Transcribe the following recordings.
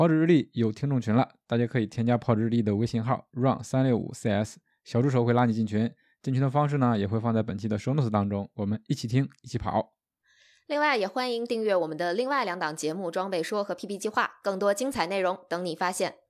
跑者日历有听众群了，大家可以添加跑者日历的微信号 run365cs， 小助手会拉你进群。进群的方式呢，也会放在本期的 show notes 当中，我们一起听，一起跑。 另外也欢迎订阅我们的另外2档节目装备说和 PP 计划，更多精彩内容等你发现。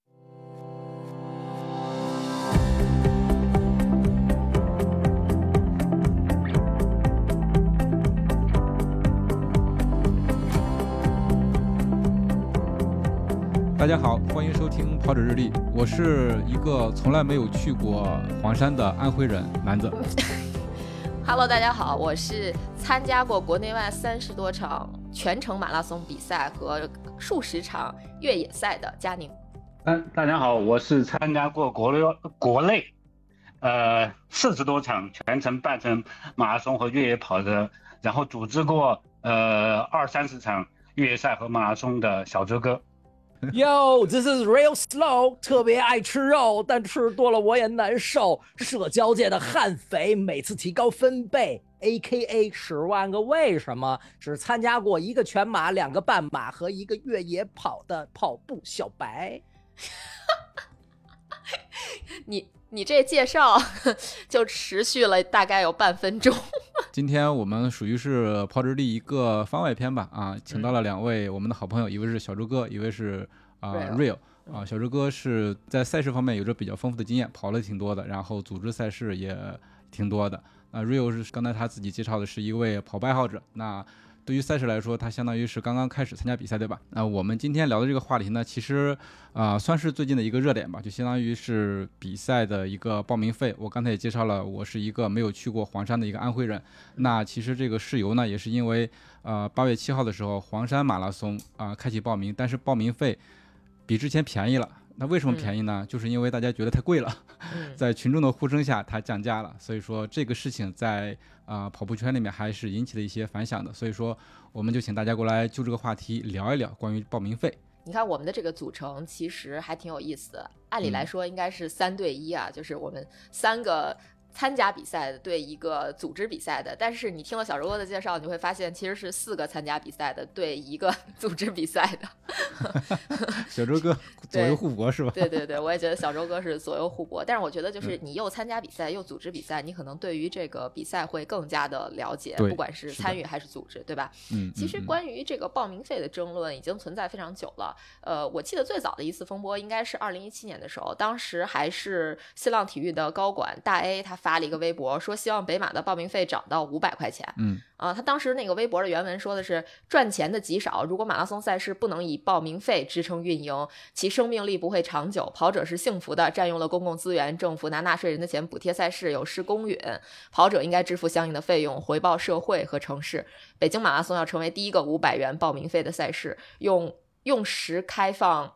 大家好，欢迎收听跑者日历，我是一个从来没有去过黄山的安徽人南子。 Hello， 大家好，我是参加过国内外30多场全程马拉松比赛和数十场越野赛的佳宁。 大家好，我是参加过国内40多场全程半程马拉松和越野跑的，然后组织过20-30场越野赛和马拉松的小周哥。 Yo, this is real slow， 特别爱吃肉，但吃多了我也难受。社交界的悍匪，每次提高分贝 ，AKA 10万个为什么。只参加过1个全马、2个半马和1个越野跑的跑步小白。 你这介绍就持续了大概有半分钟。 今天我们属于是跑者日历一个番外篇吧，请到了2位我们的好朋友，一位是小周哥，一位是Real。小周哥是在赛事方面有着比较丰富的经验，跑了挺多的，然后组织赛事也挺多的。Real 是刚才他自己介绍的是一位跑步爱好者，那对于赛事来说，他相当于是刚刚开始参加比赛，对吧？那我们今天聊的这个话题呢，其实算是最近的一个热点吧，就相当于是比赛的一个报名费。我刚才也介绍了，我是一个没有去过黄山的一个安徽人。那其实这个事由呢，也是因为8月7号的时候，黄山马拉松开启报名，但是报名费比之前便宜了。那为什么便宜呢？就是因为大家觉得太贵了，在群众的呼声下它降价了，所以说这个事情在跑步圈里面还是引起了一些反响的，所以说我们就请大家过来就这个话题聊一聊关于报名费。 你看我们的这个组成其实还挺有意思的，按理来说应该是3对1啊，就是我们3个参加比赛的对1个组织比赛的，但是你听了小周哥的介绍，你会发现其实是4个参加比赛的对1个组织比赛的。 小周哥左右互搏是吧？ 对对对，我也觉得小周哥是左右互搏，但是我觉得就是你又参加比赛又组织比赛，你可能对于这个比赛会更加的了解，不管是参与还是组织，对吧？其实关于这个报名费的争论已经存在非常久了。我记得最早的一次风波应该是2017年的时候，当时还是新浪体育的高管大 A， 他发了一个微博说希望北马的报名费涨到500块钱。他当时那个微博的原文说的是赚钱的极少，如果马拉松赛事不能以报名费支撑运营，其生命力不会长久，跑者是幸福的，占用了公共资源，政府拿纳税人的钱补贴赛事有失公允，跑者应该支付相应的费用回报社会和城市。北京马拉松要成为第一个500元报名费的赛事，用时开放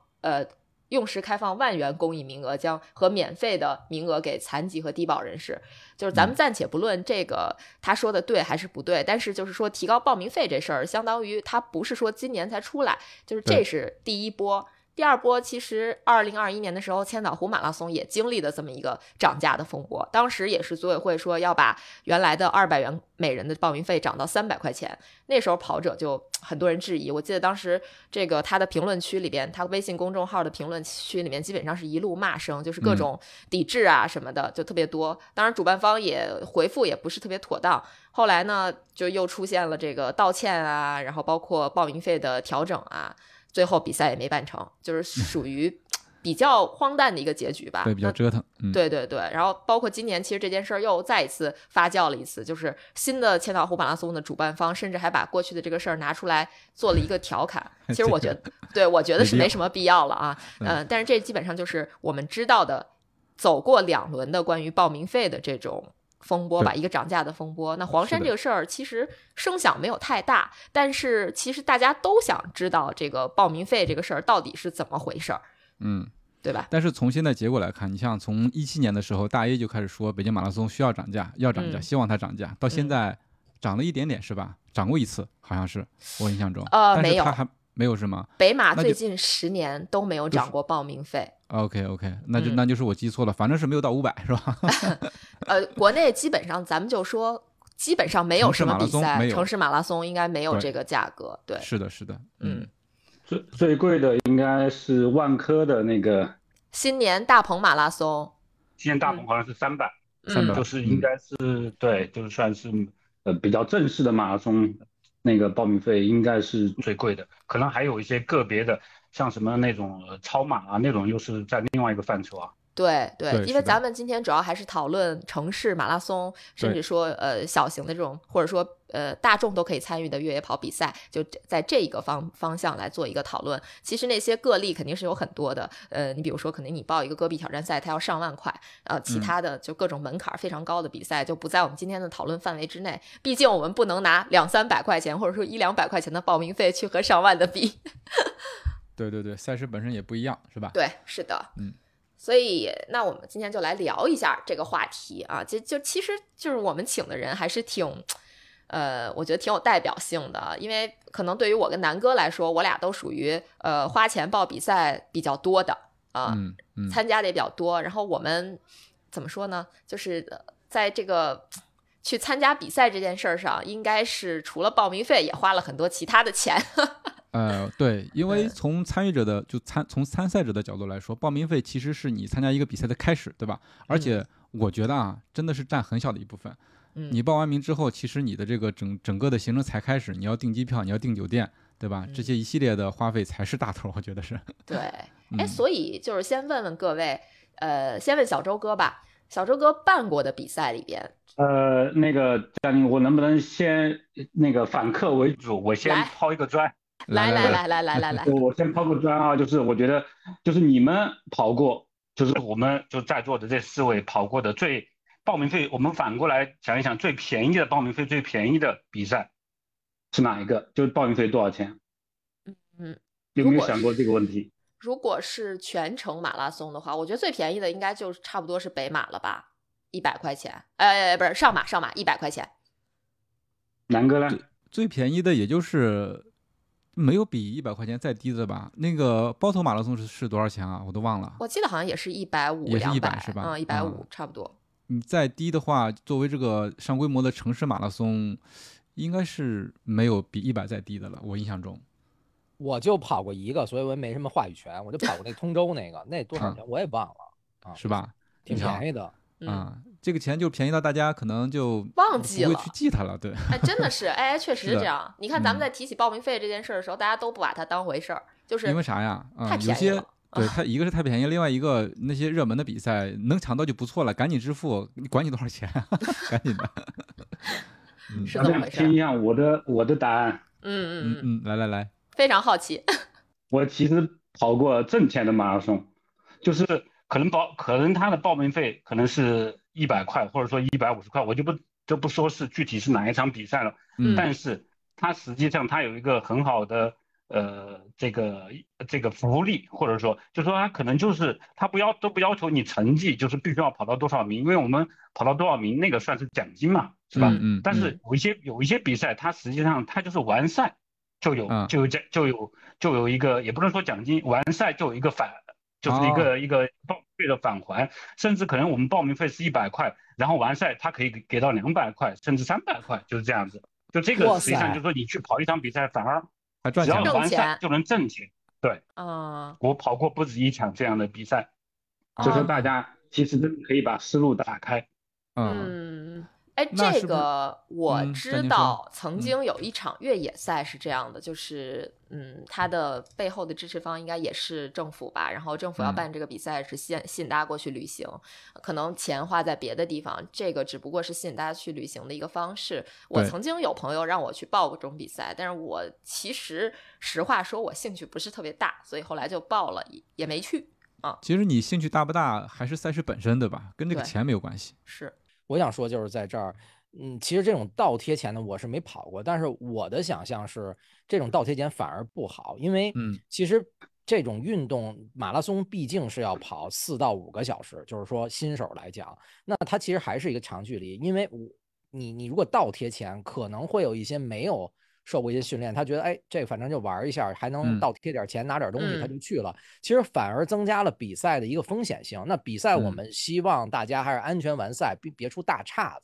10000元公益名额，将和免费的名额给残疾和低保人士。就是咱们暂且不论这个他说的对还是不对，但是就是说提高报名费这事儿，相当于他不是说今年才出来，就是这是第一波。第二波其实2021年的时候，千岛湖马拉松也经历了这么一个涨价的风波，当时也是组委会说要把原来的200元每人的报名费涨到300块钱，那时候跑者就很多人质疑。我记得当时这个他的评论区里边，他微信公众号的评论区里面基本上是一路骂声，就是各种抵制啊什么的，就特别多。当然主办方也回复也不是特别妥当，后来呢就又出现了这个道歉啊，然后包括报名费的调整啊，最后比赛也没办成，就是属于比较荒诞的一个结局吧。 对，比较折腾。 对对对，然后包括今年其实这件事儿又再一次发酵了一次，就是新的千岛湖马拉松的主办方甚至还把过去的这个事儿拿出来做了一个调侃。其实我觉得对，我觉得是没什么必要了啊。但是这基本上就是我们知道的走过2轮的关于报名费的这种风波吧，一个涨价的风波。那黄山这个事儿其实声响没有太大，但是其实大家都想知道这个报名费这个事儿到底是怎么回事儿，对吧？ 但是从现在结果来看，你像从17年的时候，大 A 就开始说北京马拉松需要涨价，要涨价，希望它涨价，到现在涨了一点点是吧？涨过一次，好像是我印象中。 没有， 但是它还没有是吗？ 北马最近10年都没有涨过报名费。 OK， 那就是我记错了，反正是没有到500是吧？ 国内基本上咱们就说基本上没有什么比赛，城市马拉松应该没有这个价格。对， 是的， 最贵的应该是万科的那个新年大鹏马拉松， 今年大鹏好像是300，就是应嗯该是对，就是算是比较正式的马拉松，那个报名费应该是最贵的，可能还有一些个别的，像什么那种超马啊那种，又是在另外一个范畴啊。 对对，因为是的咱们今天主要还是讨论城市马拉松，甚至说小型的这种，或者说大众都可以参与的越野跑比赛，就在这一个方向来做一个讨论。其实那些个例肯定是有很多的，你比如说可能你报一个戈壁挑战赛，它要上万块，其他的就各种门槛非常高的比赛就不在我们今天的讨论范围之内。毕竟我们不能拿200-300块钱或者说100-200块钱的报名费去和上万的比。 对对对，赛事本身也不一样，是吧？ 对，是的，所以，那我们今天就来聊一下这个话题啊，其实就是我们请的人还是挺，我觉得挺有代表性的，因为可能对于我跟南哥来说，我俩都属于花钱报比赛比较多的啊，参加的也比较多。然后我们怎么说呢？就是在这个去参加比赛这件事上，应该是除了报名费，也花了很多其他的钱。 对，因为从参与者的从参赛者的角度来说，报名费其实是你参加一个比赛的开始，对吧？而且我觉得啊，真的是占很小的一部分。你报完名之后，其实你的这个整个的行程才开始，你要订机票，你要订酒店，对吧？这些一系列的花费才是大头，我觉得是。 对，所以就是先问问各位，先问小周哥吧。小周哥办过的比赛里边， 那个嘉宁，我能不能先那个反客为主，我先抛一个砖。 来， 我先抛个砖啊，就是我觉得，就是你们跑过，就是我们就在座的这4位跑过的报名费，我们反过来想一想，最便宜的报名费最便宜的比赛是哪一个？就是报名费多少钱？有没有想过这个问题？ 如果是全程马拉松的话，我觉得最便宜的应该就差不多是北马了吧，100块钱。不是上马100块钱。 南哥呢？ 最便宜的也就是没有比100块钱再低的吧？那个包头马拉松是多少钱啊？我都忘了。 我记得好像也是150， 也是100是吧 ？150差不多。 你再低的话，作为这个上规模的城市马拉松，应该是没有比100再低的了。我印象中， 我就跑过一个，所以我也没什么话语权。我就跑过那通州那个，那多少钱我也忘了啊， 是吧？ 挺便宜的。 这个钱就便宜到大家可能就忘记了， 不会去记它了。对， 真的是，确实是这样。你看咱们在提起报名费这件事的时候，大家都不把它当回事儿，就是因为啥呀？ 太便宜了。 对，它一个是太便宜，另外一个那些热门的比赛能抢到就不错了，赶紧支付，你管你多少钱，赶紧的。 是这么回事。 听一下我的答案。 来， 非常好奇。 我其实跑过挣钱的马拉松，就是可能他的报名费可能是100块，或者说150块，我就不说是具体是哪一场比赛了。但是它实际上它有一个很好的这个福利，或者说就说它可能就是它都不要求你成绩，就是必须要跑到多少名，因为我们跑到多少名那个算是奖金嘛，是吧？但是有一些比赛，它实际上它就是完赛就有一个，也不能说奖金，完赛就有一个就是一个报名费的返还，甚至可能我们报名费是100块，然后完赛它可以给到200块，甚至300块，就是这样子。就这个实际上就是说你去跑一场比赛，反而只要完赛就能挣钱。对，我跑过不止一场这样的比赛，所以说大家其实真的可以把思路打开。 这个我知道，曾经有一场越野赛是这样的，就是它的背后的支持方应该也是政府吧，然后政府要办这个比赛是吸引大家过去旅行，可能钱花在别的地方，这个只不过是吸引大家去旅行的一个方式。我曾经有朋友让我去报过这种比赛，但是我其实实话说我兴趣不是特别大，所以后来就报了也没去啊。 其实你兴趣大不大还是赛事本身对吧？跟这个钱没有关系。 是。 我想说就是在这儿，其实这种倒贴钱的我是没跑过，但是我的想象是这种倒贴钱反而不好，因为其实这种运动马拉松毕竟是要跑4到5个小时，就是说新手来讲，那它其实还是一个长距离，因为你如果倒贴钱，可能会有一些没有受过一些训练，他觉得这个反正就玩一下，还能倒贴点钱拿点东西，他就去了。其实反而增加了比赛的一个风险性。那比赛我们希望大家还是安全完赛，别出大岔子。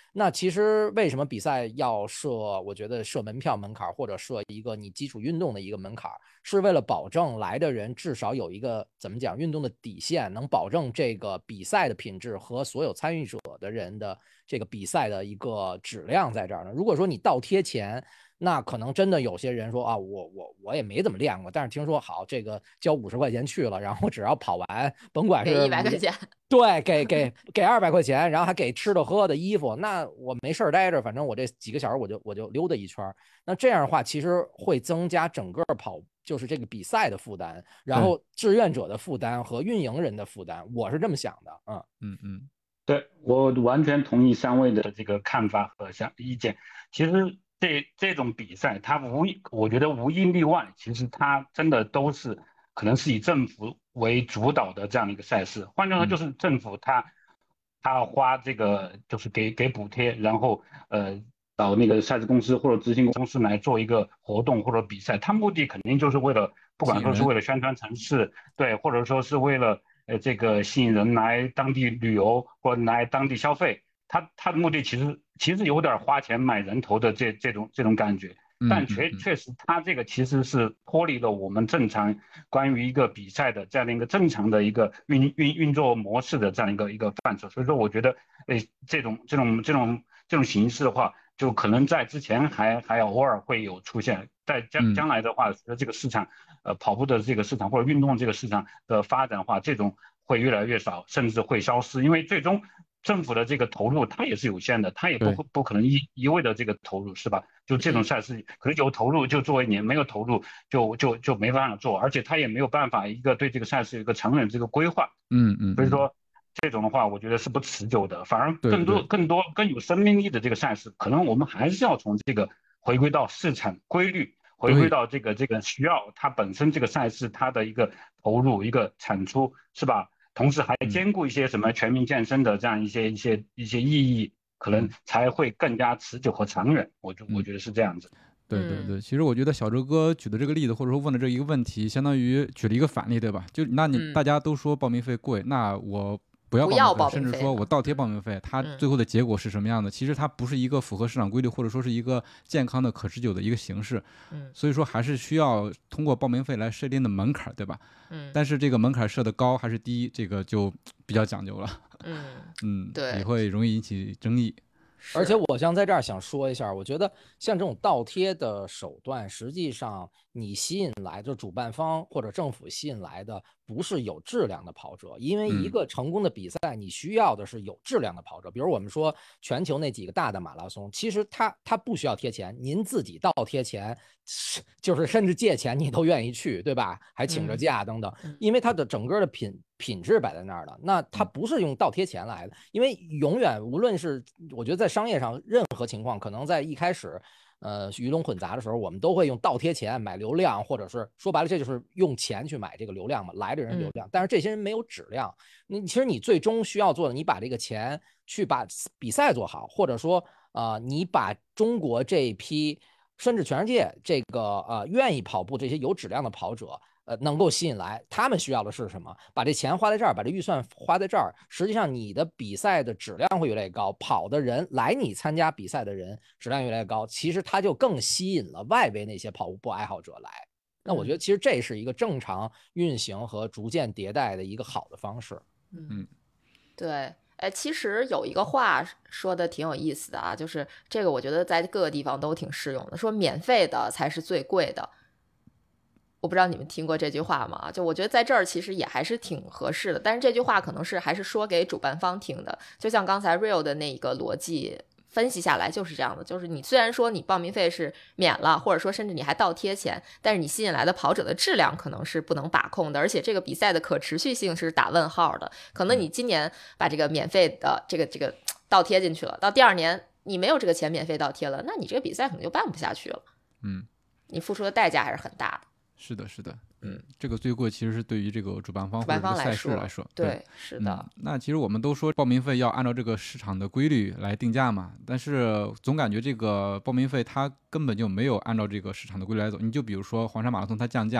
那其实为什么比赛要设？我觉得设门票门槛或者设一个你基础运动的一个门槛，是为了保证来的人至少有一个怎么讲运动的底线，能保证这个比赛的品质和所有参与者的人的这个比赛的一个质量在这儿呢。如果说你倒贴钱，那可能真的有些人说啊，我也没怎么练过，但是听说好，这个交50块钱去了，然后只要跑完，甭管是给100块钱， 对，给200块钱，然后还给吃的喝的衣服，那我没事待着，反正我这几个小时我就溜达一圈。那这样的话，其实会增加整个就是这个比赛的负担，然后志愿者的负担和运营人的负担，我是这么想的。 对，我完全同意3位的这个看法和意见。其实这种比赛，我觉得无一例外，其实它真的都是可能是以政府为主导的这样的一个赛事。换句话说，就是政府他花这个就是给补贴，然后找那个赛事公司或者执行公司来做一个活动或者比赛，它目的肯定就是为了，不管说是为了宣传城市，对，或者说是为了这个吸引人来当地旅游或者来当地消费。他的目的其实有点花钱买人头的这种感觉，但确实他这个其实是脱离了我们正常关于一个比赛的这样的一个正常的一个运作模式的这样一个范畴。所以说我觉得这种形式的话，就可能在之前还偶尔会有出现，在将来的话，随着这个市场跑步的这个市场或者运动这个市场的发展的话，这种会越来越少，甚至会消失，因为最终政府的这个投入它也是有限的，它也不可能一味的这个投入，是吧？就这种赛事可能有投入就做1年，没有投入就没办法做，而且它也没有办法一个对这个赛事有一个长远这个规划。所以说这种的话，我觉得是不持久的，反而更有生命力的这个赛事，可能我们还是要从这个回归到市场规律，回归到这个需要它本身这个赛事它的一个投入一个产出，是吧？同时还兼顾一些什么全民健身的这样一些意义，可能才会更加持久和长远。我觉得是这样子。 对，其实我觉得小周哥举的这个例子，或者说问的这一个问题，相当于举了一个反例，对吧？就那你大家都说报名费贵，那我不要报名费，甚至说我倒贴报名费，它最后的结果是什么样的？其实它不是一个符合市场规律，或者说是一个健康的可持久的一个形式。所以说还是需要通过报名费来设定的门槛，对吧？但是这个门槛设的高还是低，这个就比较讲究了。 对， 也会容易引起争议。 而且我想在这儿想说一下，我觉得像这种倒贴的手段，实际上你吸引来的主办方或者政府吸引来的不是有质量的跑者，因为一个成功的比赛，你需要的是有质量的跑者。比如我们说全球那几个大的马拉松，其实它不需要贴钱，您自己倒贴钱，就是甚至借钱你都愿意去，对吧？还请着假等等，因为它的整个的品质摆在那儿了，那它不是用倒贴钱来的，因为永远无论是我觉得在商业上任何情况，可能在一开始鱼龙混杂的时候，我们都会用倒贴钱买流量，或者是说白了，这就是用钱去买这个流量嘛，来的人流量。但是这些人没有质量，其实你最终需要做的，你把这个钱去把比赛做好，或者说你把中国这一批甚至全世界这个愿意跑步这些有质量的跑者。能够吸引来，他们需要的是什么？把这钱花在这儿，把这预算花在这儿，实际上你的比赛的质量会越来越高，跑的人来你参加比赛的人质量越来越高，其实他就更吸引了外围那些跑步爱好者来。那我觉得其实这是一个正常运行和逐渐迭代的一个好的方式。 对。其实有一个话说的挺有意思的啊，就是这个我觉得在各个地方都挺适用的，说免费的才是最贵的。我不知道你们听过这句话吗？就我觉得在这儿其实也还是挺合适的，但是这句话可能是还是说给主办方听的。就像刚才 Real 的那个逻辑分析下来就是这样的，就是你虽然说你报名费是免了，或者说甚至你还倒贴钱，但是你吸引来的跑者的质量可能是不能把控的，而且这个比赛的可持续性是打问号的。可能你今年把这个免费的这个倒贴进去了，到第2年你没有这个钱免费倒贴了，那你这个比赛可能就办不下去了。你付出的代价还是很大的。 是的，这个最贵其实是对于这个主办方或者赛事来说， 对，是的。 那其实我们都说报名费要按照这个市场的规律来定价嘛，但是总感觉这个报名费它根本就没有按照这个市场的规律来走。你就比如说黄山马拉松它降价，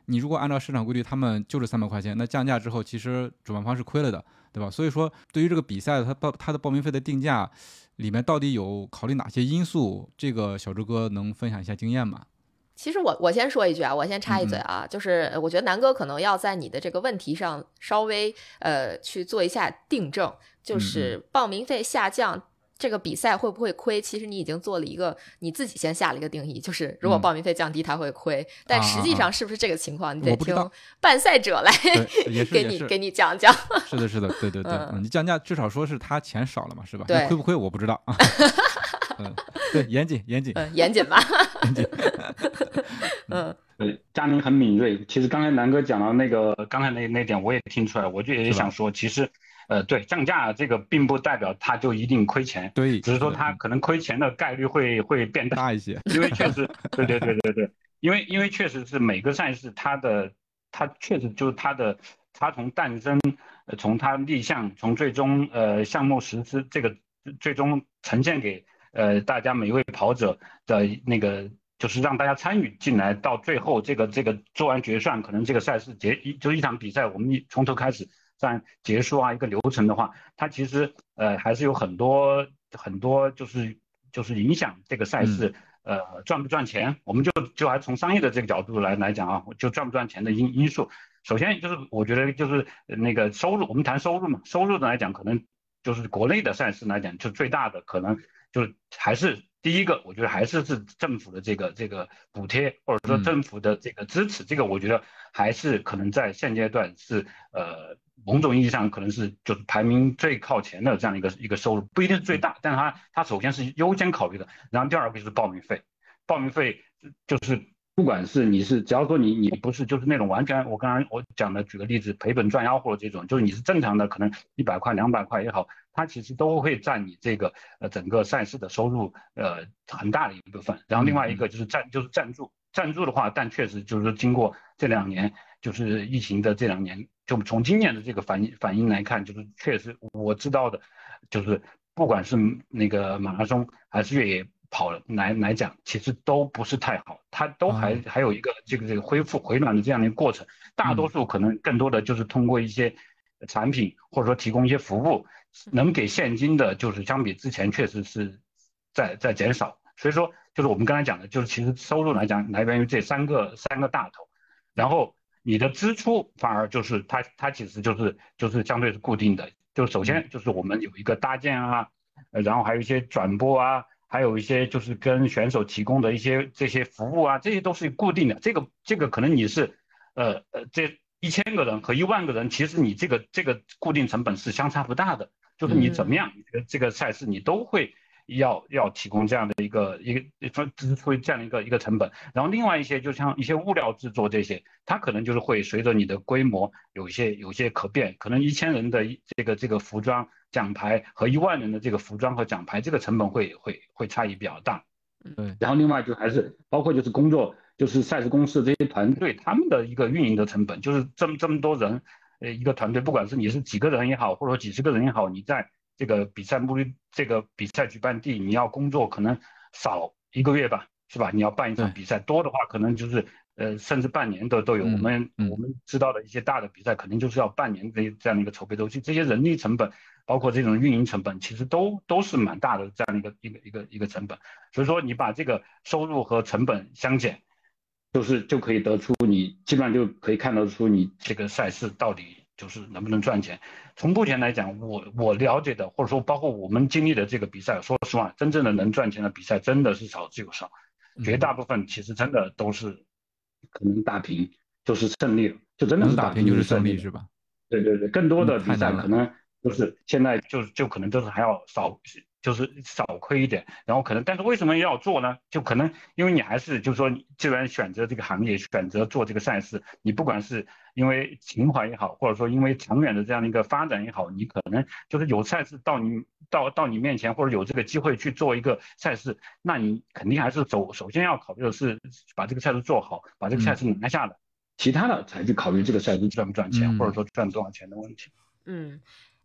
你如果按照市场规律，他们就是300块钱，那降价之后，其实主办方是亏了的，对吧？所以说，对于这个比赛，它的报名费的定价里面到底有考虑哪些因素？这个小周哥能分享一下经验吗？ 其实我先说一句啊，我先插一嘴啊，就是我觉得南哥可能要在你的这个问题上稍微去做一下订正，就是报名费下降，这个比赛会不会亏？其实你已经做了一个你自己先下了一个定义，就是如果报名费降低，它会亏。但实际上是不是这个情况，你得听办赛者来给你讲讲。 是的，是的，对对对，你降价至少说是他钱少了嘛，是吧？ 对， 亏不亏我不知道啊。对，严谨， 严谨吧。 严谨。 对，佳宁很敏锐。其实刚才南哥讲到那个刚才那点，我也听出来，我就也想说，其实。对，降价这个并不代表它就一定亏钱， 对， 只是说它可能亏钱的概率会变大一些， 因为确实，对，因为确实是每个赛事它确实就是它从诞生，从它立项，从最终项目实施这个最终呈现给大家每一位跑者的那个，就是让大家参与进来，到最后这个做完决算，可能这个赛事就一场比赛，我们从头开始。结束啊，一个流程的话，它其实还是有很多就是影响这个赛事赚不赚钱。我们就还从商业的这个角度来讲啊，就赚不赚钱的因素。首先就是我觉得就是那个收入，我们谈收入嘛，收入的来讲，可能就是国内的赛事来讲，就最大的可能就是还是第一个，我觉得还是政府的这个补贴，或者说政府的这个支持，这个我觉得还是可能在现阶段是某种意义上可能是就是排名最靠前的这样一个收入，不一定是最大，但是它首先是优先考虑的。然后第二个就是报名费就是不管是只要说你不是就是那种完全我讲的举个例子赔本赚吆喝这种，就是你是正常的可能100块200块也好，它其实都会占你这个整个赛事的收入很大的一部分。然后另外一个就是赞助的话，但确实就是经过这2年就是疫情的这2年，就从今年的这个反应来看，就是确实我知道的，就是不管是那个马拉松还是越野跑来讲，其实都不是太好，它都还有一个这个恢复回暖的这样的一个过程。大多数可能更多的就是通过一些产品或者说提供一些服务，能给现金的，就是相比之前确实是在减少。所以说，就是我们刚才讲的，就是其实收入来讲来源于这三个大头，然后你的支出反而就是它其实就是相对是固定的。就首先就是我们有一个搭建啊，然后还有一些转播啊，还有一些就是跟选手提供的这些服务啊，这些都是固定的。这个可能你是这1000个人和1万个人，其实你这个固定成本是相差不大的。就是你怎么样，这个赛事你都会要提供这样的一个支出这样一个成本。然后另外一些就像一些物料制作这些，它可能就是会随着你的规模有些可变，可能1000人的这个服装奖牌和1万人的这个服装和奖牌，这个成本会差异比较大。 对。 然后另外就还是包括就是工作，就是赛事公司这些团队他们的一个运营的成本，就是这么多人一个团队，不管是你是几个人也好，或者说几十个人也好，你在这个比赛举办地，你要工作可能少1个月吧，是吧？你要办一场比赛，多的话可能就是甚至半年都有。我们知道的一些大的比赛，肯定就是要半年的这样的一个筹备周期。这些人力成本，包括这种运营成本，其实都是蛮大的这样的一个成本。所以说你把这个收入和成本相减，就可以得出你基本上就可以看得出你这个赛事到底就是能不能赚钱。从目前来讲，我了解的，或者说包括我们经历的这个比赛，说实话，真正的能赚钱的比赛真的是少之又少，绝大部分其实真的都是可能打平就是胜利了，就真的是打平就是胜利是吧？ 对，更多的比赛可能就是现在就可能都是还要就是少亏一点，然后可能，但是为什么要做呢？就可能因为你还是就是说，既然选择这个行业，选择做这个赛事，你不管是因为情怀也好，或者说因为长远的这样的一个发展也好，你可能就是有赛事到你面前，或者有这个机会去做一个赛事，那你肯定还是首先要考虑的是把这个赛事做好，把这个赛事拿下来，其他的才去考虑这个赛事赚不赚钱，或者说赚多少钱的问题。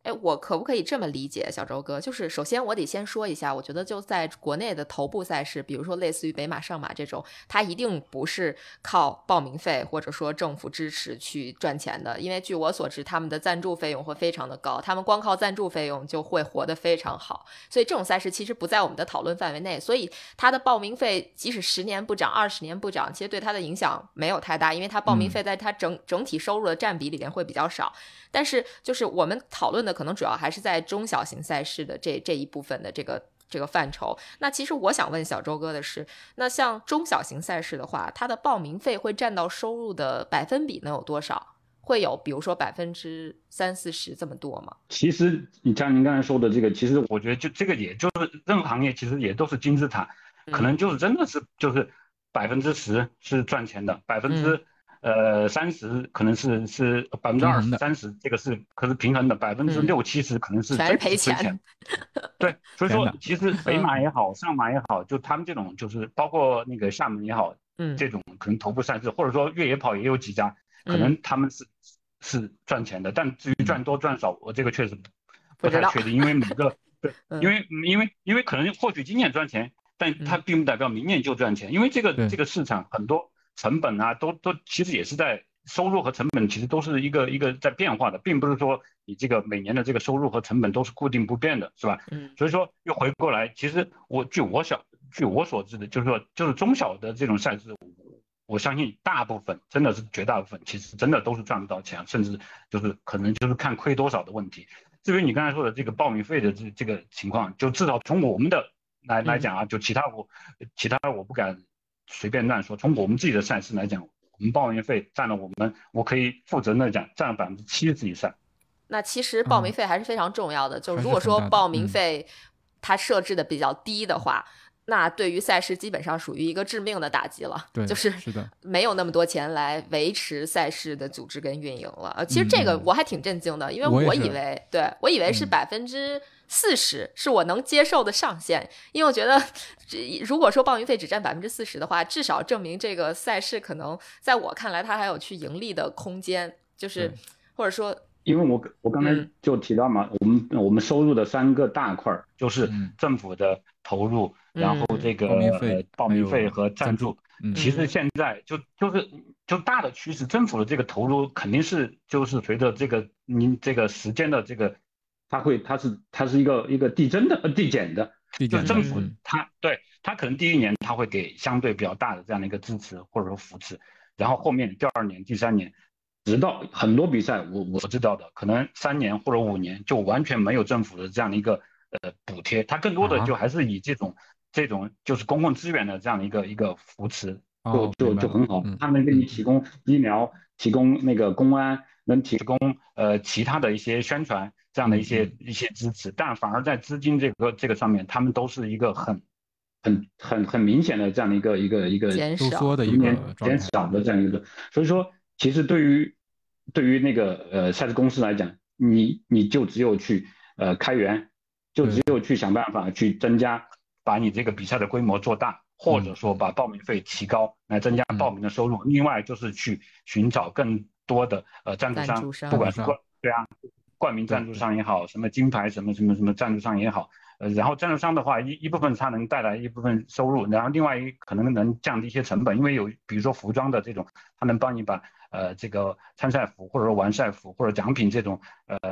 我可不可以这么理解，小周哥？就是首先我得先说一下，我觉得就在国内的头部赛事，比如说类似于北马、上马这种，它一定不是靠报名费或者说政府支持去赚钱的，因为据我所知，他们的赞助费用会非常的高，他们光靠赞助费用就会活得非常好，所以这种赛事其实不在我们的讨论范围内，所以它的报名费即使10年不涨、20年不涨，其实对它的影响没有太大，因为它报名费在它整体收入的占比里面会比较少。但是就是我们讨论的可能主要还是在中小型赛事的这一部分的这个范畴。那其实我想问小周哥的是，那像中小型赛事的话，它的报名费会占到收入的百分比能有多少？会有比如说30%-40%这么多吗？ 其实你像您刚才说的这个，其实我觉得就这个也就是任何行业其实也都是金字塔，可能就是真的是就是10%是赚钱的30%可能是20%-30%，这个是可是平衡的，60%-70%可能是全是赔钱。 对，所以说其实北马也好，上马也好，就他们这种就是包括那个厦门也好，这种可能头部赛事，或者说越野跑也有几家，可能他们是赚钱的，但至于赚多赚少，我这个确实不太确定，因为每个对，因为可能或许今年赚钱，但它并不代表明年就赚钱，因为这个市场很多成本啊，都其实也是在收入和成本其实都是一个在变化的，并不是说你这个每年的这个收入和成本都是固定不变的，是吧？所以说又回过来，其实据我所知的，就是说就是中小的这种赛事，我相信大部分真的是绝大部分，其实真的都是赚不到钱，甚至就是可能就是看亏多少的问题。至于你刚才说的这个报名费的这个情况，就至少从我们的来讲啊，就其他我不敢随便乱说。从我们自己的赛事来讲，我们报名费占了我可以负责任的讲，占了70%以上。 那其实报名费还是非常重要的。就如果说报名费它设置的比较低的话，那对于赛事基本上属于一个致命的打击了，就是没有那么多钱来维持赛事的组织跟运营了。其实这个我还挺震惊的，因为我以为是40%是我能接受的上限，因为我觉得如果说报名费只占40%的话，至少证明这个赛事可能在我看来它还有去盈利的空间，就是或者说。 因为我刚才就提到嘛，我们收入的3个大块就是政府的投入，然后这个报名费和赞助。其实现在就大的趋势，政府的这个投入肯定是就是随着您这个时间的这个，它是一个递减的，就政府它可能第1年它会给相对比较大的这样的一个支持或者说扶持，然后后面第2年、第3年。直到很多比赛我知道的，可能3年或者5年就完全没有政府的这样的一个补贴，它更多的就还是以这种就是公共资源的这样的一个扶持，就很好，它能给你提供医疗，提供那个公安，能提供其他的一些宣传这样的一些支持，但反而在资金这个上面，他们都是一个很明显的这样的一个收缩的一个减少的这样一个，所以说其实对于那个赛事公司来讲，你就只有去开源，就只有去想办法去增加，把你这个比赛的规模做大，或者说把报名费提高来增加报名的收入。另外就是去寻找更多的赞助商，不管是冠名赞助商也好，什么金牌什么赞助商也好。然后赞助商的话，一部分它能带来一部分收入，然后另外可能能降低一些成本，因为有比如说服装的这种，它能帮你把这个参赛服或者说完赛服或者奖品这种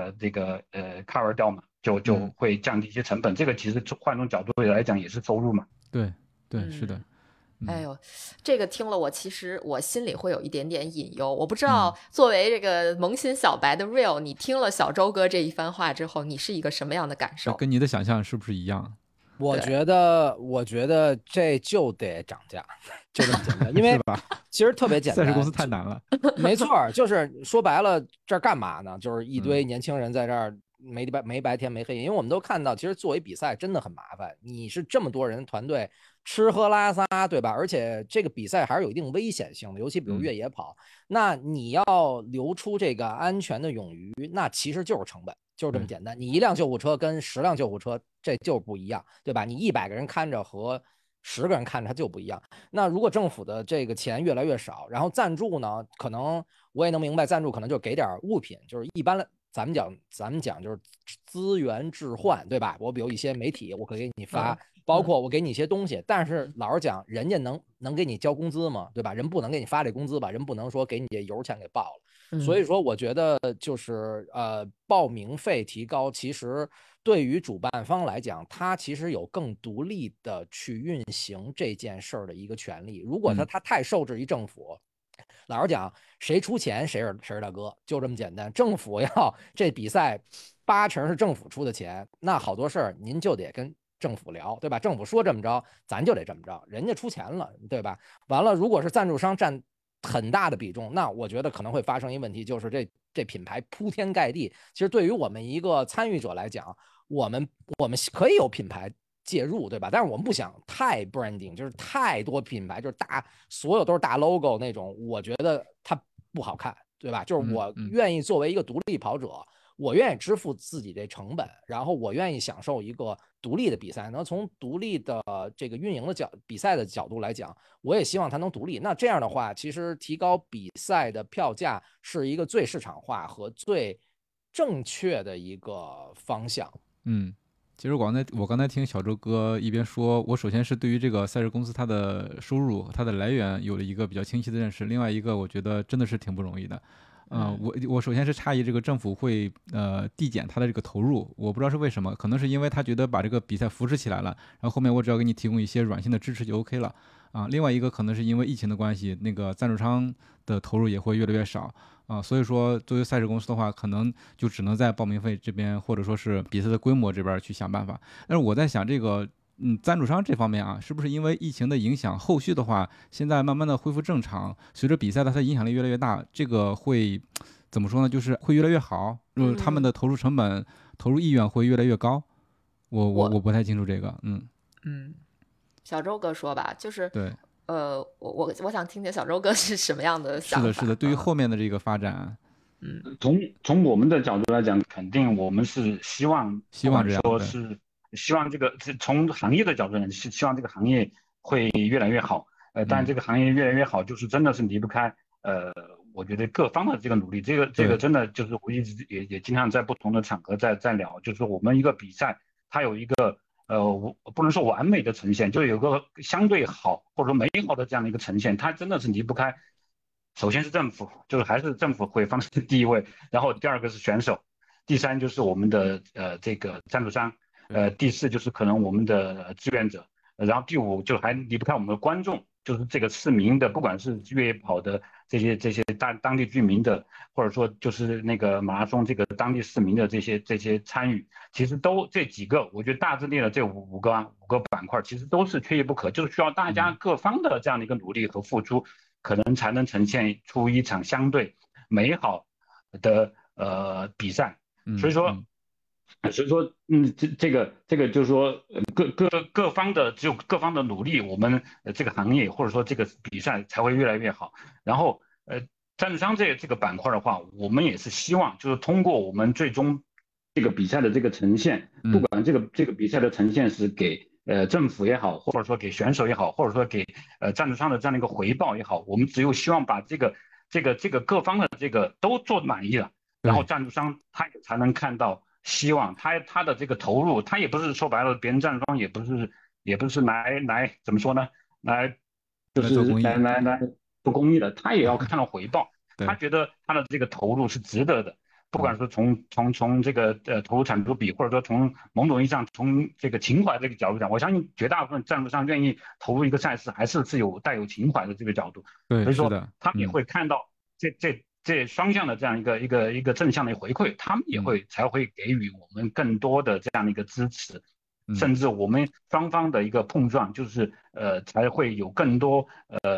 cover 掉嘛，就会降低一些成本。这个其实换种角度来讲也是收入嘛。 对，是的。 哎呦，这个听了其实我心里会有一点点隐忧。我不知道作为这个萌新小白的 Real， 你听了小周哥这一番话之后，你是一个什么样的感受？ 跟你的想象是不是一样？ 我觉得这就得涨价，就这么简单。因为其实特别简单， 赛事公司太难了。 没错，就是说白了，这儿干嘛呢？就是一堆年轻人在这儿没白天没黑夜。因为我们都看到，其实作为比赛真的很麻烦，你是这么多人团队吃喝拉撒，对吧？而且这个比赛还是有一定危险性的，尤其比如越野跑，那你要留出这个安全的冗余，那其实就是成本。就是这么简单，你1辆救护车跟10辆救护车这就是不一样，对吧？你100个人看着和10个人看着它就不一样。那如果政府的这个钱越来越少，然后赞助呢，可能我也能明白，赞助可能就给点物品，就是一般咱们讲就是资源置换，对吧？我比如一些媒体，我可以给你发，包括我给你一些东西，但是老实讲，人家能给你交工资吗？对吧？人不能给你发这工资吧？人不能说给你这油钱给报了。所以说，我觉得就是报名费提高，其实对于主办方来讲，他其实有更独立的去运行这件事儿的一个权利。如果他太受制于政府，老实讲，谁出钱谁是大哥，就这么简单。政府要这比赛80%是政府出的钱，那好多事儿您就得跟政府聊，对吧？政府说这么着，咱就得这么着，人家出钱了，对吧？完了，如果是赞助商占很大的比重，那我觉得可能会发生一个问题，就是这品牌铺天盖地。其实对于我们一个参与者来讲，我们可以有品牌介入，对吧？但是我们不想太 branding， 就是太多品牌，就是所有都是大 logo 那种，我觉得它不好看，对吧？就是我愿意作为一个独立跑者，我愿意支付自己这成本，然后我愿意享受一个独立的比赛。那从独立的这个运营的比赛的角度来讲，我也希望它能独立。那这样的话，其实提高比赛的票价是一个最市场化和最正确的一个方向。 其实我刚才听小周哥一边说，我首先是对于这个赛事公司它的收入、它的来源有了一个比较清晰的认识，另外一个我觉得真的是挺不容易的。我首先是诧异这个政府会递减它的这个投入，我不知道是为什么，可能是因为他觉得把这个比赛扶持起来了，然后后面我只要给你提供一些软性的支持就 OK 了啊。另外一个可能是因为疫情的关系，那个赞助商的投入也会越来越少啊，所以说作为赛事公司的话，可能就只能在报名费这边或者说是比赛的规模这边去想办法。但是我在想这个赞助商这方面啊，是不是因为疫情的影响，后续的话现在慢慢的恢复正常，随着比赛它的影响力越来越大，这个会怎么说呢？就是会越来越好，他们的投入成本、投入意愿会越来越高。我不太清楚这个， 小周哥说吧，就是对。 我想听听小周哥是什么样的想法。 是的，对于后面的这个发展， 从我们的角度来讲，肯定我们是希望这样， 说是希望这个从行业的角度呢，是希望这个行业会越来越好。但这个行业越来越好，就是真的是离不开我觉得各方的这个努力。这个真的就是我一直也经常在不同的场合在聊，就是我们一个比赛，它有一个我不能说完美的呈现，就有个相对好或者说美好的这样的一个呈现，它真的是离不开，首先是政府，就是还是政府会放在第一位，然后第二个是选手，第三就是我们的这个赞助商，第四就是可能我们的志愿者，然后第五就还离不开我们的观众，就是这个市民的，不管是越野跑的这些当地居民的，或者说就是那个马拉松这个当地市民的这些参与，其实都这几个，我觉得大致列了这五个板块，其实都是缺一不可，就是需要大家各方的这样的一个努力和付出，可能才能呈现出一场相对美好的比赛。所以说，这个就是说，各方的只有各方的努力，我们这个行业或者说这个比赛才会越来越好。然后赞助商这个板块的话，我们也是希望就是通过我们最终这个比赛的这个呈现，不管这个比赛的呈现是给政府也好，或者说给选手也好，或者说给赞助商的这样的一个回报也好，我们只有希望把这个各方的这个都做满意了，然后赞助商他也才能看到希望，他的这个投入，他也不是说白了，别人赞助商也不是来怎么说呢，来就是来做公益的，他也要看到回报，他觉得他的这个投入是值得的。不管说从这个投入产出比，或者说从某种意义上从这个情怀这个角度讲，我相信绝大部分赞助商愿意投入一个赛事，还是带有情怀的这个角度。 对， 所以说他们也会看到这双向的这样一个正向的回馈，他们也才会给予我们更多的这样的一个支持，甚至我们双方的一个碰撞，就是才会有更多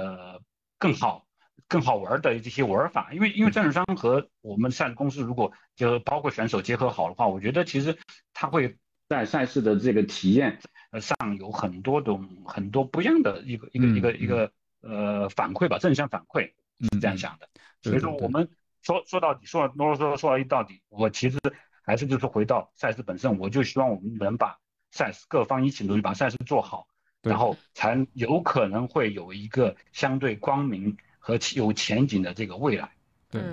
更好玩的这些玩法，因为赞助商和我们赛事公司如果就包括选手结合好的话，我觉得其实他会在赛事的这个体验上有很多不一样的一个反馈吧，正向反馈是这样想的。所以说我们说到底说到到底，我其实还是就是回到赛事本身，我就希望我们能把赛事各方一起努力把赛事做好，然后才有可能会有一个相对光明和有前景的这个未来。 对，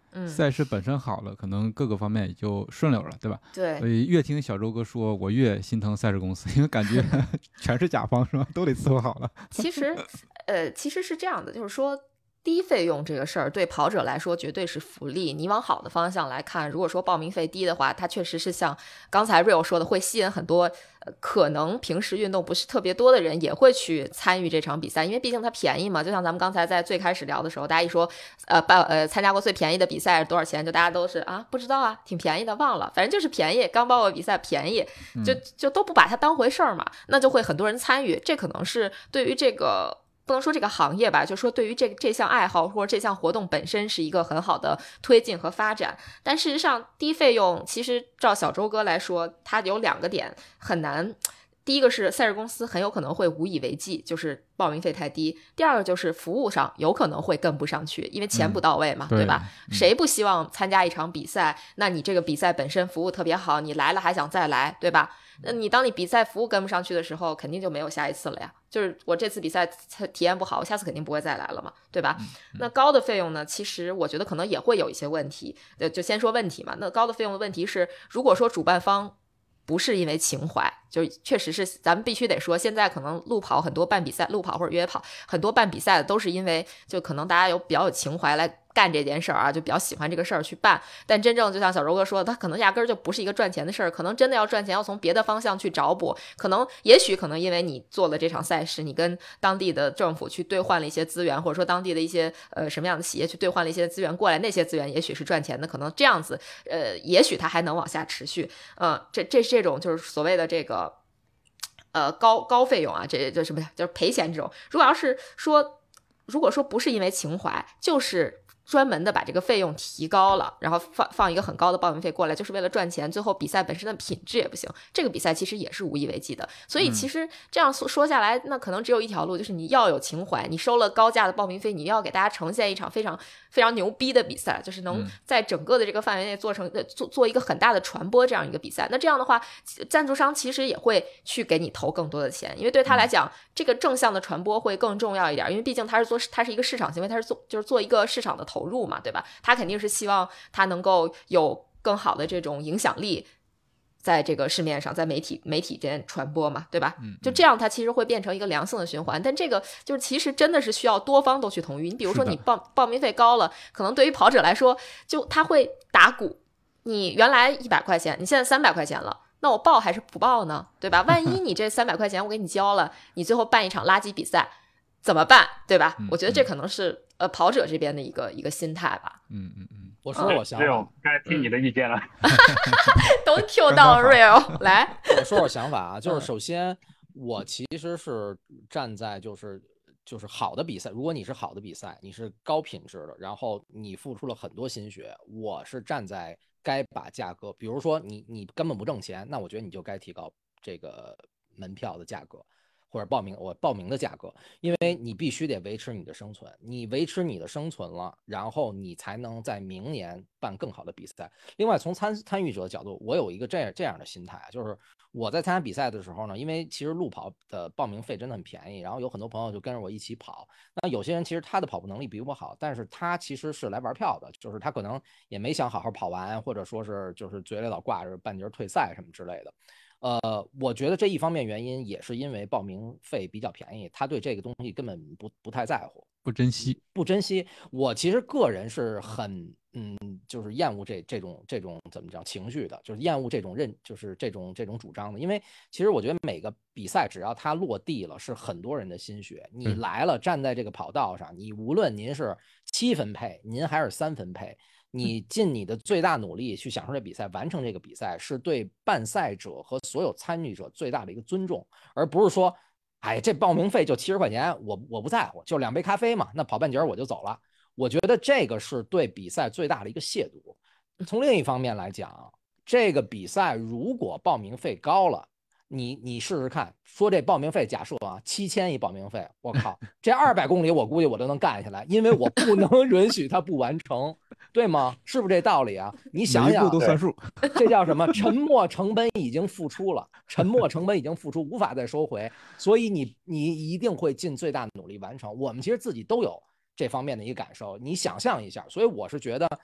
赛事本身好了，可能各个方面也就顺溜了，对吧？ 对。 所以越听小周哥说，我越心疼赛事公司，因为感觉全是甲方，是吧？都得伺候好了。 其实是这样的，就是说低费用这个事儿对跑者来说绝对是福利。你往好的方向来看，如果说报名费低的话，它确实是像刚才 Real 说的，会吸引很多可能平时运动不是特别多的人也会去参与这场比赛，因为毕竟它便宜嘛。就像咱们刚才在最开始聊的时候，大家一说参加过最便宜的比赛是多少钱，就大家都是啊不知道啊，挺便宜的，忘了，反正就是便宜，刚报个比赛便宜，就都不把它当回事儿嘛，那就会很多人参与。这可能是对于这个。不能说这个行业吧，就说对于这项爱好或者这项活动本身是一个很好的推进和发展。但事实上低费用其实照小周哥来说，它有2个点很难。第一个是赛事公司很有可能会无以为继，就是报名费太低。第二个就是服务上有可能会跟不上去，因为钱不到位嘛，对吧？谁不希望参加一场比赛，那你这个比赛本身服务特别好，你来了还想再来，对吧？那当你比赛服务跟不上去的时候，肯定就没有下一次了呀。就是我这次比赛体验不好，我下次肯定不会再来了嘛，对吧？那高的费用呢，其实我觉得可能也会有一些问题。就先说问题嘛。那高的费用的问题是，如果说主办方不是因为情怀，就确实是咱们必须得说，现在可能路跑很多办比赛，路跑或者越野跑很多办比赛的都是因为就可能大家比较有情怀来干这件事儿啊，就比较喜欢这个事儿去办。但真正就像小周哥说的，他可能压根儿就不是一个赚钱的事儿，可能真的要赚钱要从别的方向去找补。也许可能因为你做了这场赛事，你跟当地的政府去兑换了一些资源，或者说当地的一些什么样的企业去兑换了一些资源过来，那些资源也许是赚钱的，可能这样子也许它还能往下持续。这种就是所谓的这个高费用啊，这什么呀？就是赔钱这种。如果说不是因为情怀，就是专门的把这个费用提高了，然后放一个很高的报名费过来，就是为了赚钱，最后比赛本身的品质也不行，这个比赛其实也是无以为继的。所以其实这样说下来，那可能只有一条路，就是你要有情怀，你收了高价的报名费，你要给大家呈现一场非常非常牛逼的比赛，就是能在整个的这个范围内做一个很大的传播这样一个比赛。那这样的话，赞助商其实也会去给你投更多的钱，因为对他来讲，这个正向的传播会更重要一点，因为毕竟它是一个市场行为，它是就是做一个市场的投入嘛，对吧？他肯定是希望他能够有更好的这种影响力在这个市面上，在媒体间传播嘛，对吧？就这样它其实会变成一个良性的循环。但这个就是其实真的是需要多方都去同意。你比如说你报名费高了，可能对于跑者来说就他会打鼓，你原来100块钱，你现在300块钱了，那我报还是不报呢，对吧？万一你这300块钱我给你交了，你最后办一场垃圾比赛怎么办，对吧？我觉得这可能是跑者这边的一个心态吧。 我说我想法， 该听你的意见了。 都 Q 到 Real 来， 我说我想法啊，就是首先我其实是站在就是好的比赛，如果你是好的比赛，你是高品质的，然后你付出了很多心血，我是站在该把价格，比如说你根本不挣钱，那我觉得你就该提高这个门票的价格。或者报名的价格，因为你必须得维持你的生存，你维持你的生存了，然后你才能在明年办更好的比赛。另外，从参与者的角度，我有一个这样的心态，就是我在参加比赛的时候呢，因为其实路跑的报名费真的很便宜，然后有很多朋友就跟着我一起跑。那有些人其实他的跑步能力比我好，但是他其实是来玩票的，就是他可能也没想好好跑完，或者说是就是嘴里老挂着半截退赛什么之类的。我觉得这一方面原因也是因为报名费比较便宜，他对这个东西根本不太在乎， 不珍惜。 我其实个人是很就是厌恶这种怎么讲情绪的，就是厌恶这种就是这种主张的，因为其实我觉得每个比赛只要它落地了，是很多人的心血。你来了，站在这个跑道上，你无论您是7分配，您还是3分配。你尽你的最大努力去享受这比赛，完成这个比赛，是对办赛者和所有参与者最大的一个尊重，而不是说，哎，这报名费就70块钱，我不在乎，就2杯咖啡嘛，那跑半截我就走了。我觉得这个是对比赛最大的一个亵渎。从另一方面来讲，这个比赛如果报名费高了，你试试看，说这报名费假设啊7000一报名费，我靠，这200公里我估计我都能干下来，因为我不能允许它不完成，对吗？是不是这道理啊？你想想， 每一步都算数， 这叫什么？沉没成本已经付出了，无法再收回，所以你一定会尽最大努力完成。我们其实自己都有这方面的一个感受，你想象一下。所以我是觉得，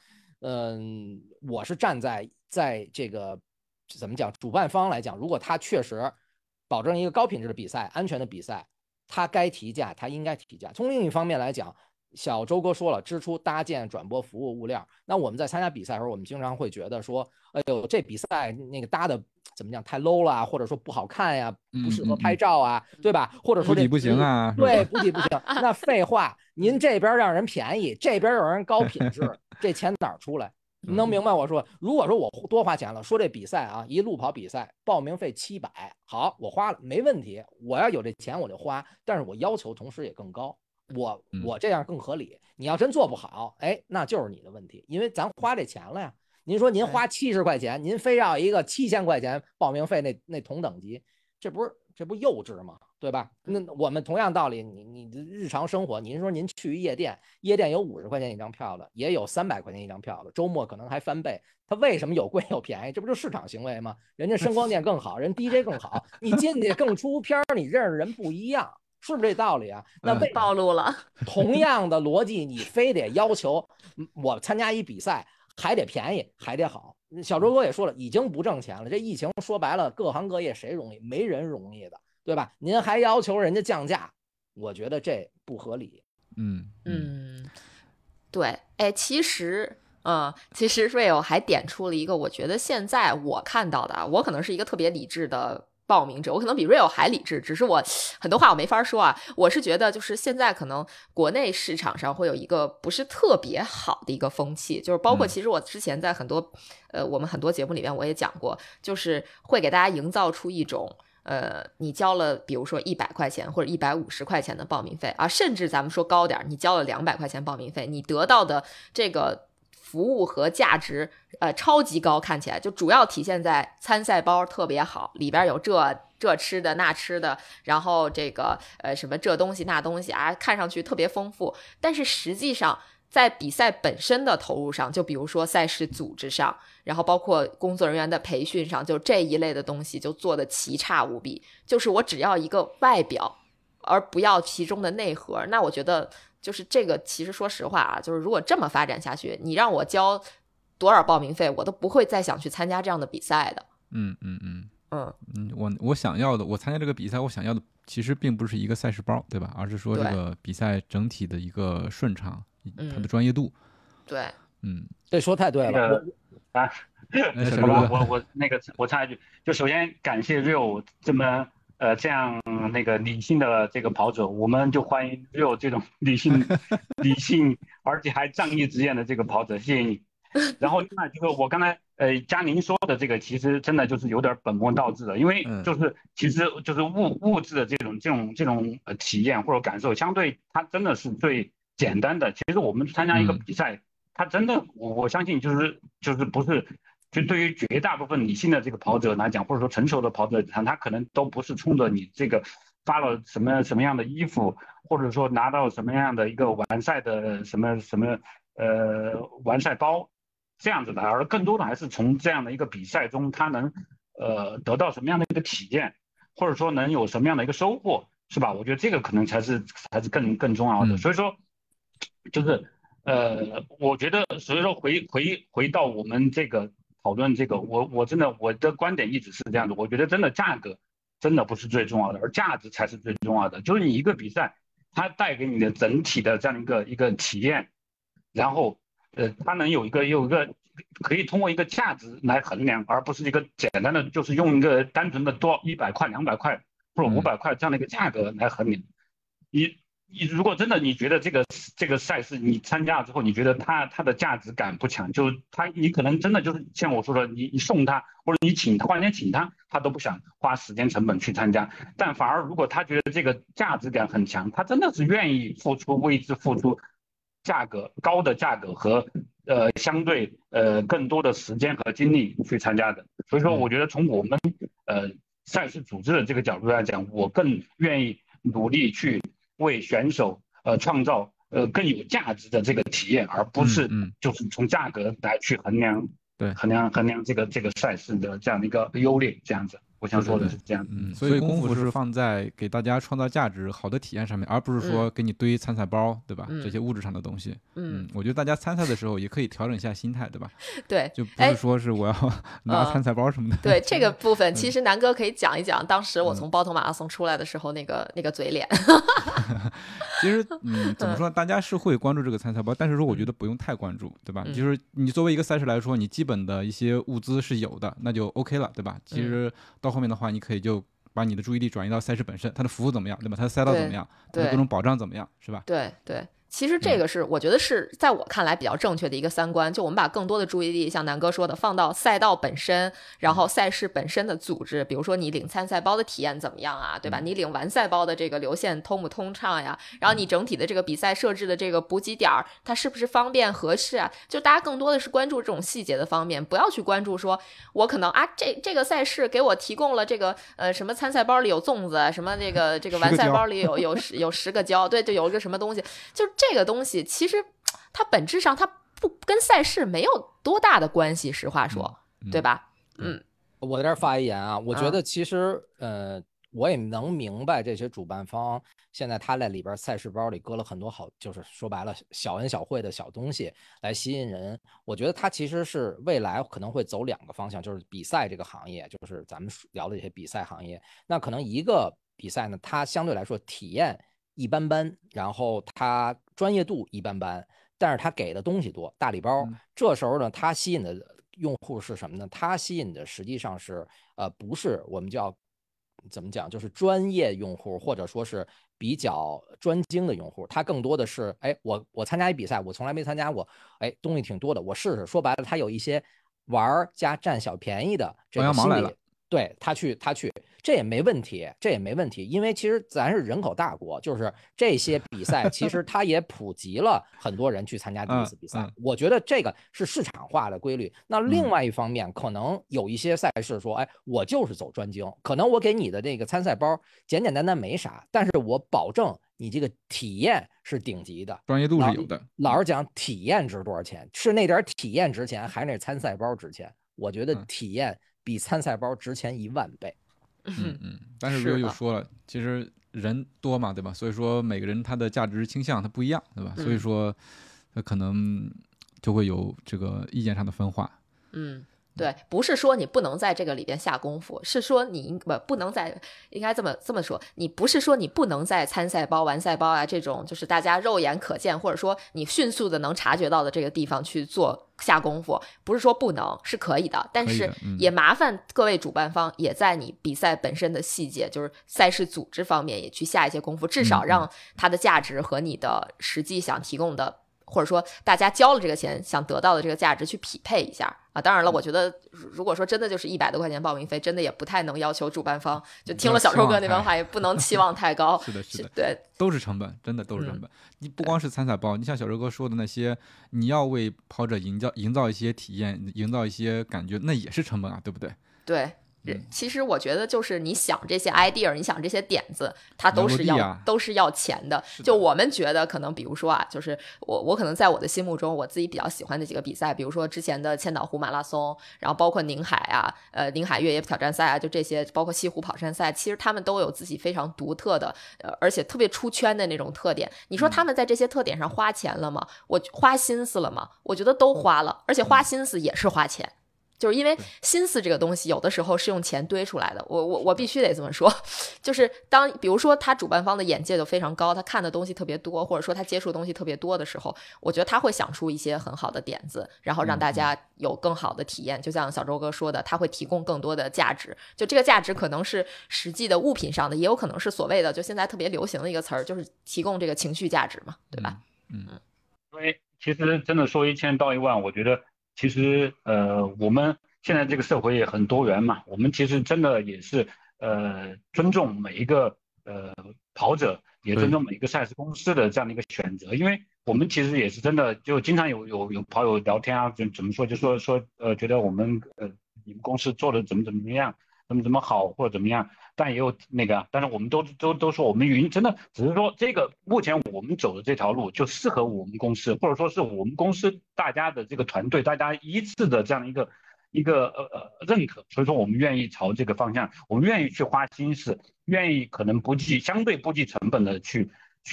我是站在这个怎么讲，主办方来讲，如果他确实保证一个高品质的比赛、安全的比赛，他该提价，他应该提价。从另一方面来讲，小周哥说了，支出搭建、转播、服务、物料。那我们在参加比赛的时候，我们经常会觉得说，哎呦，这比赛那个搭的怎么讲太 low 了，或者说不好看呀，不适合拍照啊，对吧？或者说这补给不行啊， 对，补给不行。那废话，您这边让人便宜，这边有人高品质，这钱哪儿出来？你能明白我说？如果说我多花钱了，说这比赛啊，一路跑比赛报名费700，好，我花了没问题，我要有这钱我就花，但是我要求同时也更高。我这样更合理。你要真做不好，哎，那就是你的问题，因为咱花这钱了呀。您说您花70块钱，您非要一个7000块钱报名费那同等级，这不幼稚吗？对吧？那我们同样道理，你日常生活，您说您去夜店，夜店有50块钱一张票的，也有300块钱一张票的，周末可能还翻倍。它为什么有贵有便宜？这不就市场行为吗？人家声光电更好，人 DJ 更好，你进去更出片，你认识人不一样。是不是这道理啊？那被暴露了。 同样的逻辑，你非得要求我参加一比赛还得便宜，还得好。小周哥也说了，已经不挣钱了。这疫情说白了，各行各业谁容易？没人容易的，对吧？您还要求人家降价，我觉得这不合理。 对，哎，其实 Rio 还点出了一个，我觉得现在我看到的，我可能是一个特别理智的报名者，我可能比 Rio 还理智，只是我很多话我没法说啊。我是觉得就是现在可能国内市场上会有一个不是特别好的一个风气，就是包括其实我之前在很多我们很多节目里面我也讲过，就是会给大家营造出一种你交了比如说100块钱或者150块钱的报名费啊，甚至咱们说高点，你交了200块钱报名费，你得到的这个服务和价值超级高，看起来就主要体现在参赛包特别好，里边有这吃的那吃的，然后这个什么这东西那东西啊，看上去特别丰富，但是实际上在比赛本身的投入上，就比如说赛事组织上，然后包括工作人员的培训上，就这一类的东西就做得奇差无比，就是我只要一个外表而不要其中的内核。那我觉得就是这个其实说实话啊，就是如果这么发展下去，你让我交多少报名费我都不会再想去参加这样的比赛的。 我想要的，我参加这个比赛我想要的其实并不是一个赛事包，对吧？而是说这个比赛整体的一个顺畅，它的专业度。 对， 这说太对了。 我插一句，就首先感谢 Rio 这样理性的这个跑者，我们就欢迎 Rio 这种理性而且还仗义执言的这个跑者，谢谢你。然后另外就是我刚才佳宁说的这个，其实真的就是有点本末倒置了，因为其实就是物质的这种体验或者感受，相对它真的是最简单的。其实我们参加一个比赛，它真的我相信就是不是。就对于绝大部分理性的这个跑者来讲，或者说成熟的跑者，他可能都不是冲着你这个发了什么样的衣服，或者说拿到什么样的一个完赛的什么完赛包这样子的，而更多的还是从这样的一个比赛中，他能得到什么样的一个体验，或者说能有什么样的一个收获，是吧？我觉得这个可能才是更重要的。所以说，就是我觉得，所以说回到我们这个。讨论这个，我的观点一直是这样子，我觉得真的价格真的不是最重要的，而价值才是最重要的。就是你一个比赛，它带给你的整体的这样一个体验，然后它能有一个可以通过一个价值来衡量，而不是一个简单的就是用一个单纯的多100块、200块或者500块这样的一个价格来衡量。你如果真的你觉得这个赛事你参加了之后，你觉得它的价值感不强，就你可能真的就是像我说的，你送他或者你请他，忽然间请他都不想花时间成本去参加。但反而如果他觉得这个价值感很强，他真的是愿意为之付出高的价格和相对更多的时间和精力去参加的。所以说我觉得从我们赛事组织的这个角度来讲，我更愿意努力去为选手创造更有价值的这个体验，而不是就是从价格来去衡量这个赛事的这样的一个优劣，这样子。 我想说的是这样。 所以功夫是放在给大家创造价值、好的体验上面，而不是说给你堆参赛包，对吧？这些物质上的东西。我觉得大家参赛的时候也可以调整一下心态，对吧？ 对， 就不是说是我要拿参赛包什么的。 对这个部分，其实南哥可以讲一讲，当时我从包头马拉松出来的时候，那个嘴脸。 其实，怎么说，大家是会关注这个参赛包，但是说我觉得不用太关注，对吧？就是你作为一个赛事来说，你基本的一些物资是有的，那就 OK 了，对吧？其实到后面的话，你可以就把你的注意力转移到赛事本身，它的服务怎么样，对吧？它的赛道怎么样，它的各种保障怎么样，是吧？ 对对。其实这个是我觉得是在我看来比较正确的一个三观，就我们把更多的注意力像南哥说的放到赛道本身，然后赛事本身的组织，比如说你领参赛包的体验怎么样啊，对吧？你领完赛包的这个流线通不通畅呀？然后你整体的这个比赛设置的这个补给点它是不是方便合适啊？就大家更多的是关注这种细节的方面，不要去关注说我可能啊这个赛事给我提供了这个什么参赛包里有粽子，什么这个完赛包里有10个胶，对，就有一个什么东西，就这个东西其实它本质上它不跟赛事没有多大的关系，实话说，对吧？ 我在这儿发一言啊，我觉得其实我也能明白这些主办方现在他在里边赛事包里搁了很多好，就是说白了小恩小惠的小东西来吸引人。我觉得他其实是未来可能会走两个方向，就是比赛这个行业，就是咱们聊的这些比赛行业，那可能一个比赛呢，它相对来说体验一般般，然后它专业度一般般，但是它给的东西多，大礼包。这时候呢，它吸引的用户是什么呢？它吸引的实际上是不是我们叫怎么讲，就是专业用户，或者说是比较专精的用户。它更多的是，哎，我参加一比赛，我从来没参加过，哎，东西挺多的，我试试。说白了，它有一些玩加占小便宜的这个心理。对，他去，这也没问题，因为其实咱是人口大国，就是这些比赛其实它也普及了很多人去参加第一次比赛。我觉得这个是市场化的规律。那另外一方面，可能有一些赛事说，哎，我就是走专精，可能我给你的这个参赛包简简单单没啥，但是我保证你这个体验是顶级的， 专业度是有的。 老实讲，体验值多少钱？是那点体验值钱，还是那参赛包值钱？我觉得体验比参赛包值钱10000倍。 但是又说了，其实人多嘛，对吧？所以说每个人他的价值倾向他不一样，对吧？所以说他可能就会有这个意见上的分化。 对，不是说你不能在这个里边下功夫，是说你不能在，应该这么说，你不是说你不能在参赛包、完赛包啊这种就是大家肉眼可见或者说你迅速的能察觉到的这个地方去做下功夫，不是说不能，是可以的，但是也麻烦各位主办方也在你比赛本身的细节，就是赛事组织方面也去下一些功夫，至少让它的价值和你的实际想提供的或者说大家交了这个钱想得到的这个价值去匹配一下啊。当然了，我觉得如果说真的就是100多块钱报名费，真的也不太能要求主办方，就听了小周哥那番话也不能期望太高。 是的，是的， 对， 都是成本，真的都是成本。你不光是参赛包，你像小周哥说的那些，你要为跑者营造一些体验，营造一些感觉，那也是成本啊，对不对？ 对。其实我觉得就是你想这些 idea， 你想这些点子，它都是要钱的。就我们觉得可能比如说啊，就是我可能在我的心目中我自己比较喜欢的几个比赛，比如说之前的千岛湖马拉松，然后包括宁海啊宁海越野挑战赛啊，就这些，包括西湖跑山赛，其实他们都有自己非常独特的而且特别出圈的那种特点。你说他们在这些特点上花钱了吗？我花心思了吗？我觉得都花了，而且花心思也是花钱。就是因为心思这个东西有的时候是用钱堆出来的，我必须得这么说。就是比如说他主办方的眼界就非常高，他看的东西特别多，或者说他接触的东西特别多的时候，我觉得他会想出一些很好的点子，然后让大家有更好的体验。就像小周哥说的，他会提供更多的价值，就这个价值可能是实际的物品上的，也有可能是所谓的就现在特别流行的一个词儿，就是提供这个情绪价值嘛，对吧？ 所以其实真的说1000到1万，我觉得其实我们现在这个社会也很多元嘛，我们其实真的也是尊重每一个跑者，也尊重每一个赛事公司的这样的一个选择。因为我们其实也是真的就经常有跑友聊天啊，怎么说就说觉得我们你们公司做的怎么样，怎么好或者怎么样，但也有那个，但是我们都说我们真的只是说这个目前我们走的这条路就适合我们公司，或者说是我们公司大家的这个团队，大家一致的这样一认可，所以说我们愿意朝这个方向，我们愿意去花心思，愿意可能相对不计成本的去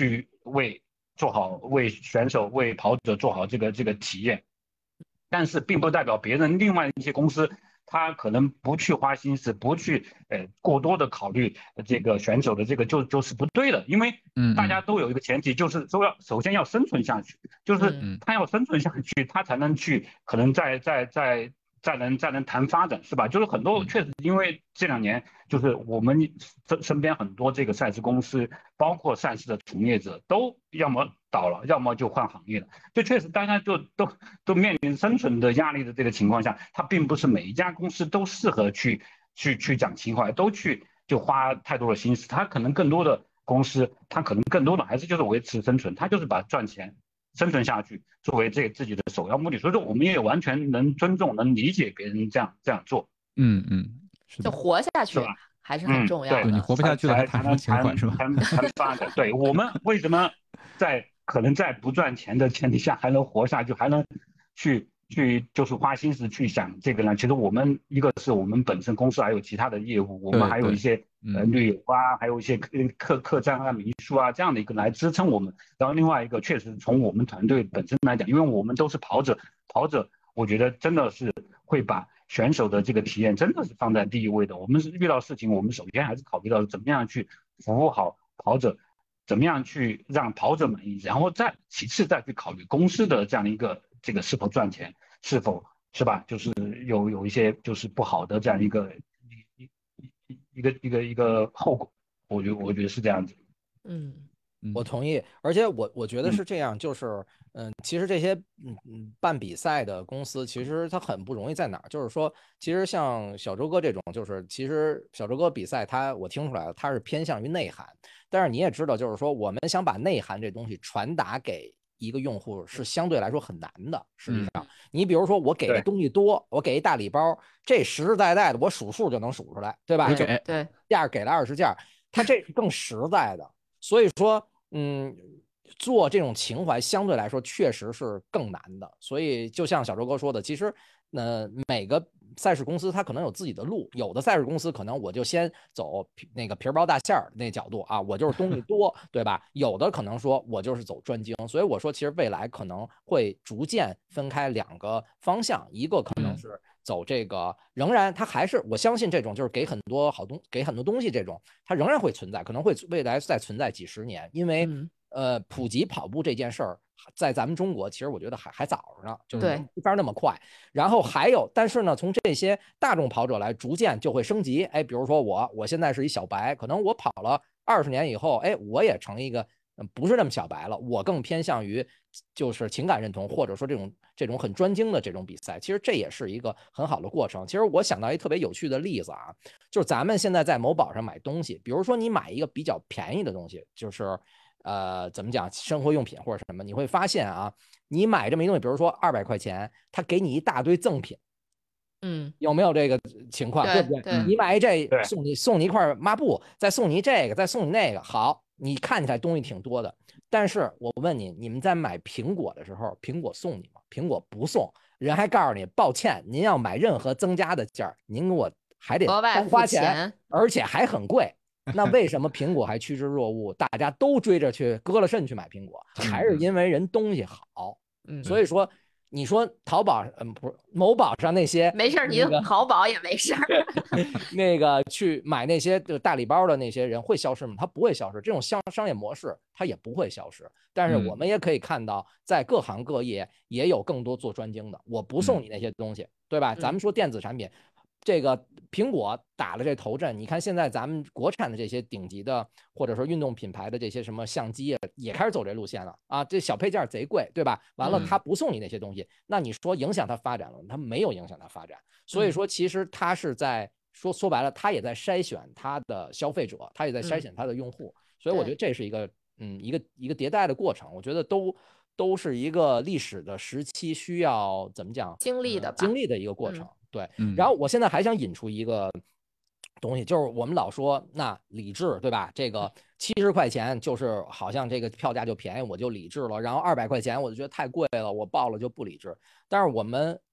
为选手为跑者做好这个体验，但是并不代表别人另外一些公司他可能不去花心思，不去过多的考虑这个选手的这个就是不对的，因为大家都有一个前提，就是说首先要生存下去，就是他要生存下去，他才能去可能再能谈发展，是吧？就是很多确实因为这2年，就是我们身边很多这个赛事公司，包括赛事的从业者，都要么倒了，要么就换行业了。就确实大家就都面临生存的压力的这个情况下，它并不是每一家公司都适合去讲情怀，都就花太多的心思。它可能更多的公司，它可能更多的还是就是维持生存，它就是把赚钱生存下去作为自己的首要目的，所以说我们也完全能尊重、能理解别人这样做。 是的， 就活下去还是很重要的。 对，你活不下去了还谈什么情怀是吧？ 谈发展。对，我们为什么可能在不赚钱的前提下还能活下去，还能去就是花心思去想这个呢？其实我们一个是我们本身公司还有其他的业务，我们还有一些旅游啊，还有一些客栈啊、民宿啊这样的一个来支撑我们。然后另外一个确实从我们团队本身来讲，因为我们都是跑者，我觉得真的是会把选手的这个体验真的是放在第一位的。我们是遇到事情，我们首先还是考虑到怎么样去服务好跑者，怎么样去让跑者满意，然后其次再去考虑公司的这样的一个这个是否赚钱，是否是吧？就是有一些就是不好的这样一个后果，我觉得是这样子。 我同意，而且我觉得是这样，就是其实这些办比赛的公司，其实它很不容易在哪儿，就是说，其实像小周哥这种，就是其实小周哥比赛我听出来了，他是偏向于内涵，但是你也知道，就是说我们想把内涵这东西传达给一个用户是相对来说很难的。实际上，你比如说我给的东西多，我给一大礼包，这实实在在的我数数就能数出来，对吧？ 对， 件给了20件，它这是更实在的，所以说。做这种情怀相对来说确实是更难的，所以就像小周哥说的，其实每个赛事公司它可能有自己的路，有的赛事公司可能我就先走那个皮包大馅儿那角度啊，我就是东西多，对吧？有的可能说我就是走专精，所以我说其实未来可能会逐渐分开2个方向，一个可能是走这个，仍然它还是我相信这种就是给很多东西这种，它仍然会存在，可能会未来再存在几10年，因为普及跑步这件事儿，在咱们中国其实我觉得还早着呢，就是没法那么快。然后还有，但是呢，从这些大众跑者来逐渐就会升级。哎，比如说我现在是一小白，可能我跑了20年以后，哎，我也成一个不是那么小白了，我更偏向于就是情感认同，或者说这种很专精的这种比赛。其实这也是一个很好的过程。其实我想到一特别有趣的例子啊，就是咱们现在在某宝上买东西，比如说你买一个比较便宜的东西，就是怎么讲，生活用品或者什么，你会发现啊，你买这么一东西，比如说200块钱，他给你一大堆赠品，有没有这个情况？对不对？你买这送你一块抹布，再送你这个，再送你那个，好，你看起来东西挺多的，但是我问你，你们在买苹果的时候，苹果送你吗？苹果不送，人还告诉你，抱歉，您要买任何增加的件儿，您给我还得多花钱，而且还很贵。那为什么苹果还趋之若鹜？大家都追着去割了肾去买苹果，还是因为人东西好。所以说，你说淘宝，不是某宝上那些没事，你淘宝也没事。 那个去买那些大礼包的那些人会消失吗？他不会消失，这种商业模式它也不会消失。但是我们也可以看到，在各行各业也有更多做专精的。我不送你那些东西，对吧？咱们说电子产品。这个苹果打了这头阵，你看现在咱们国产的这些顶级的或者说运动品牌的这些什么相机也开始走这路线了啊，这小配件贼贵，对吧？完了他不送你那些东西，那你说影响它发展了？它没有影响它发展，所以说其实它是在说白了，它也在筛选它的消费者，它也在筛选它的用户，所以我觉得这是一个一个迭代的过程，我觉得都是一个历史的时期需要怎么讲经历的一个过程。对，然后我现在还想引出一个东西，就是我们老说那理智，对吧？这个70块钱就是好像这个票价就便宜，我就理智了。然后200块钱我就觉得太贵了，我报了就不理智。但是我们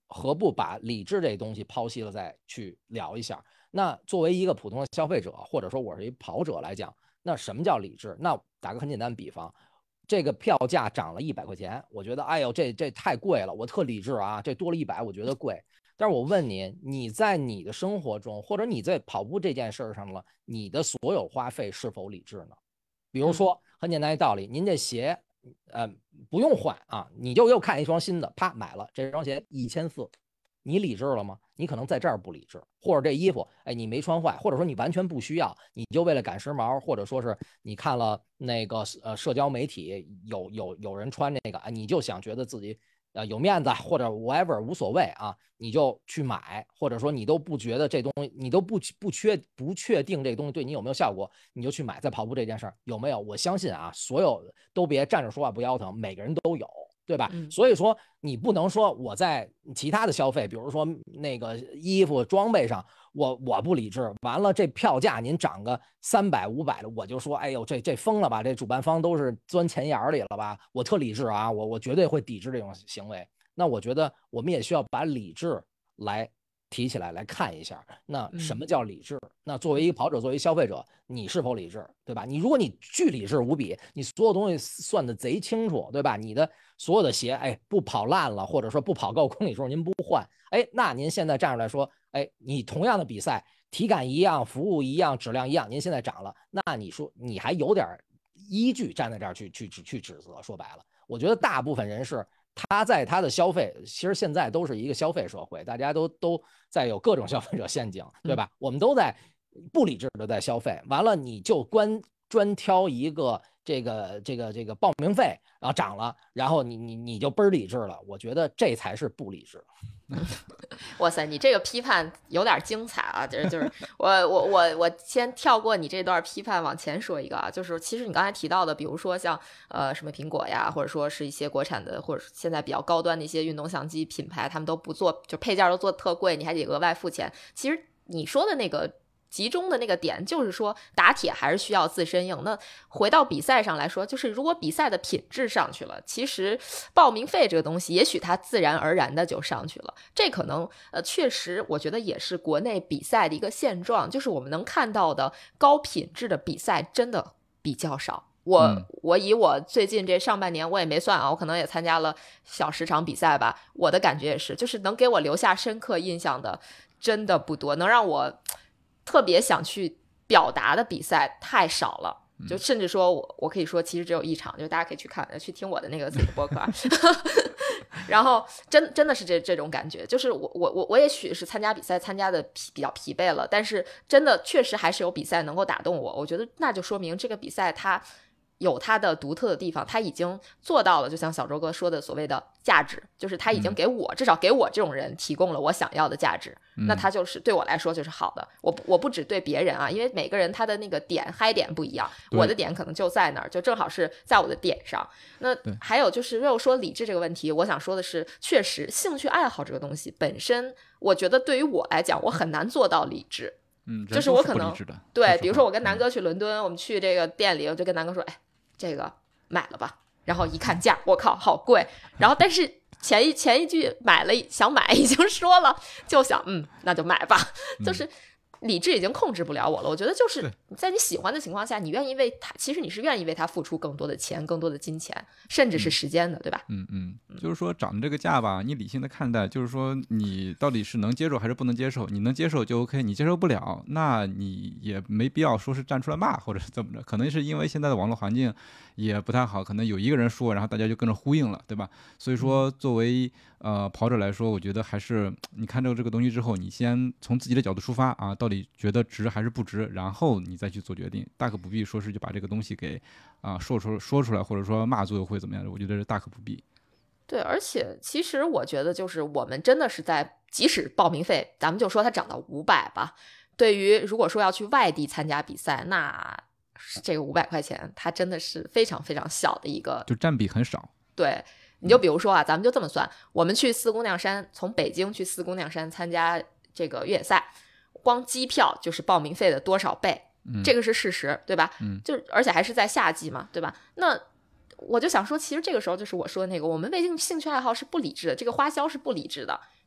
何不把理智这东西剖析了再去聊一下？那作为一个普通的消费者，或者说我是一跑者来讲，那什么叫理智？那打个很简单的比方，这个票价涨了100块钱，我觉得哎呦这太贵了，我特理智啊，这多了100我觉得贵。但是我问你，你在你的生活中，或者你在跑步这件事上了，你的所有花费是否理智呢？比如说很简单一道理，您这鞋不用换啊，你就又看一双新的，啪买了，这双鞋1400，你理智了吗？你可能在这儿不理智，或者这衣服哎你没穿坏，或者说你完全不需要，你就为了赶时髦，或者说是你看了那个社交媒体有人穿这个，你就想觉得自己有面子或者 whatever 无所谓啊，你就去买，或者说你都不觉得这东西，你都不确定这个东西对你有没有效果，你就去买。在跑步这件事儿有没有？我相信啊，所有都别站着说话不腰疼，每个人都有，对吧？所以说你不能说我在其他的消费，比如说那个衣服装备上，我不理智，完了这票价您涨个300、500的，我就说哎呦这疯了吧，这主办方都是钻钱眼里了吧？我特理智啊，我绝对会抵制这种行为。那我觉得我们也需要把理智来提起来来看一下，那什么叫理智？那作为一个跑者，作为消费者，你是否理智，对吧？如果你巨理智无比，你所有东西算得贼清楚，对吧？你的所有的鞋，哎，不跑烂了，或者说不跑够公里数您不换，哎，那您现在站出来说，哎，你同样的比赛，体感一样，服务一样，质量一样，您现在涨了，那你说你还有点依据站在这儿去指责？说白了，我觉得大部分人是。他在他的消费，其实现在都是一个消费社会，大家都在有各种消费者陷阱，对吧？我们都在不理智的在消费，完了你就专挑一个这个报名费，然后涨了，然后你就倍儿理智了，我觉得这才是不理智。 哇塞，你这个批判有点精彩啊！就是我先跳过你这段批判，往前说一个啊，就是其实你刚才提到的，比如说像什么苹果呀，或者说是一些国产的，或者现在比较高端的一些运动相机品牌，他们都不做，就配件都做特贵，你还得额外付钱。其实你说的那个集中的那个点就是说打铁还是需要自身硬。那回到比赛上来说，就是如果比赛的品质上去了，其实报名费这个东西也许它自然而然的就上去了。这可能确实我觉得也是国内比赛的一个现状，就是我们能看到的高品质的比赛真的比较少。我以我最近这上半年我也没算啊，我可能也参加了小10场比赛吧，我的感觉也是，就是能给我留下深刻印象的真的不多，能让我特别想去表达的比赛太少了，就甚至说我可以说其实只有1场，就是大家可以去听我的那个自己的播客然后真的是这种感觉，就是我也许是参加比赛参加的比较疲惫了，但是真的确实还是有比赛能够打动我觉得那就说明这个比赛它有它的独特的地方，他已经做到了就像小周哥说的所谓的价值，就是他已经给我至少给我这种人提供了我想要的价值，那他就是对我来说就是好的。我不只对别人啊，因为每个人他的那个点嗨点不一样，我的点可能就在那儿，就正好是在我的点上。那还有就是又说理智这个问题，我想说的是确实兴趣爱好这个东西本身我觉得对于我来讲我很难做到理智。就是我可能对，比如说我跟南哥去伦敦，我们去这个店里，我就跟南哥说，哎，这个买了吧，然后一看价，我靠，好贵。然后但是前一句想买已经说了，就想那就买吧，就是理智已经控制不了我了。我觉得就是在你喜欢的情况下，你愿意为他，其实你是愿意为他付出更多的钱，更多的金钱，甚至是时间的，对吧？ 就是说涨这个价吧，你理性的看待，就是说你到底是能接受还是不能接受。你能接受就 OK， 你接受不了，那你也没必要说是站出来骂或者是怎么着。可能是因为现在的网络环境也不太好，可能有一个人说，然后大家就跟着呼应了，对吧？所以说作为跑者来说，我觉得还是你看到这个东西之后，你先从自己的角度出发啊，到底觉得值还是不值，然后你再去做决定，大可不必说是就把这个东西给说出来，或者说骂组委会怎么样的，我觉得是大可不必。 对，而且其实我觉得就是我们真的是在，即使报名费咱们就说它涨到500吧，对于如果说要去外地参加比赛，那这个500块钱它真的是非常非常小的一个， 就占比很少。 对，你就比如说啊，咱们就这么算，我们去四姑娘山，从北京去四姑娘山参加这个越野赛，光机票就是报名费的多少倍，这个是事实，对吧？就而且还是在夏季嘛，对吧？那我就想说，其实这个时候就是我说的那个，我们为兴趣爱好是不理智的，这个花销是不理智的。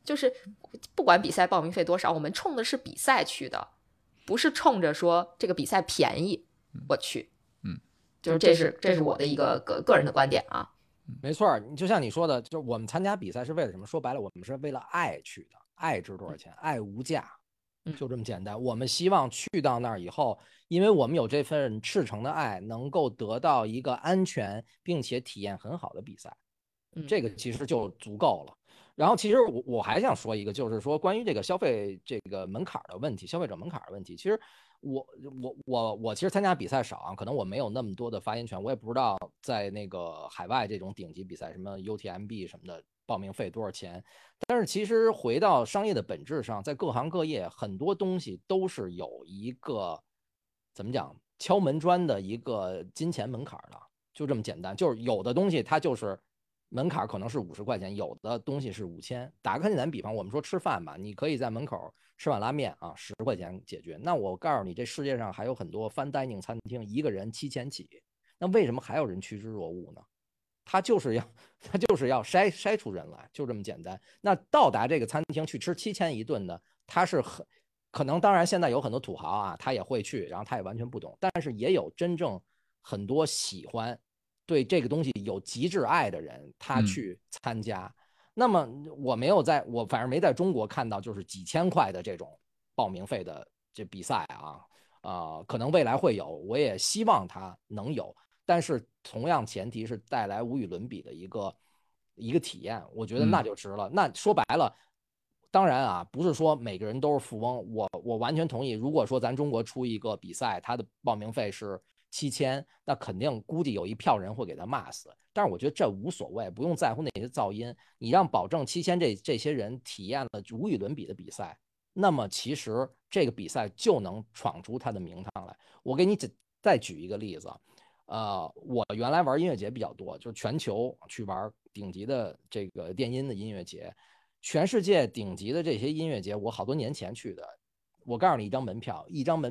就是不管比赛报名费多少，我们冲的是比赛去的，不是冲着说这个比赛便宜我去。就是这是我的一个个人的观点啊。 没错，就像你说的，就是我们参加比赛是为了什么？说白了，我们是为了爱去的，爱值多少钱？爱无价，就这么简单。我们希望去到那儿以后，因为我们有这份赤诚的爱，能够得到一个安全并且体验很好的比赛，这个其实就足够了。然后其实我还想说一个，就是说关于这个消费这个门槛的问题，消费者门槛的问题，其实我其实参加比赛少啊，可能我没有那么多的发言权，我也不知道在那个海外这种顶级比赛，什么 UTMB 什么的，报名费多少钱。但是其实回到商业的本质上，在各行各业很多东西都是有一个怎么讲敲门砖的一个金钱门槛的，就这么简单。就是有的东西它就是门槛可能是50块钱，有的东西是5000。打个很简单比方，我们说吃饭吧，你可以在门口吃碗拉面啊，10块钱解决。那我告诉你，这世界上还有很多 fine dining 餐厅，一个人7000起，那为什么还有人趋之若鹜呢？他就是要筛出人来，就这么简单。那到达这个餐厅去吃7000一顿的，他是很可能，当然现在有很多土豪啊，他也会去，然后他也完全不懂，但是也有真正很多喜欢对这个东西有极致爱的人，他去参加。那么我反正没在中国看到就是几千块的这种报名费的这比赛啊，可能未来会有，我也希望它能有，但是同样前提是带来无与伦比的一个体验，我觉得那就值了。那说白了，当然啊，不是说每个人都是富翁，我完全同意。如果说咱中国出一个比赛，它的报名费是7000，那肯定估计有一票人会给他骂死。但是我觉得这无所谓，不用在乎那些噪音。你让保证7000这些人体验了无与伦比的比赛，那么其实这个比赛就能闯出它的名堂来。我给你再举一个例子，我原来玩音乐节比较多，就是全球去玩顶级的这个电音的音乐节，全世界顶级的这些音乐节，我好多年前去的。我告诉你，一张门票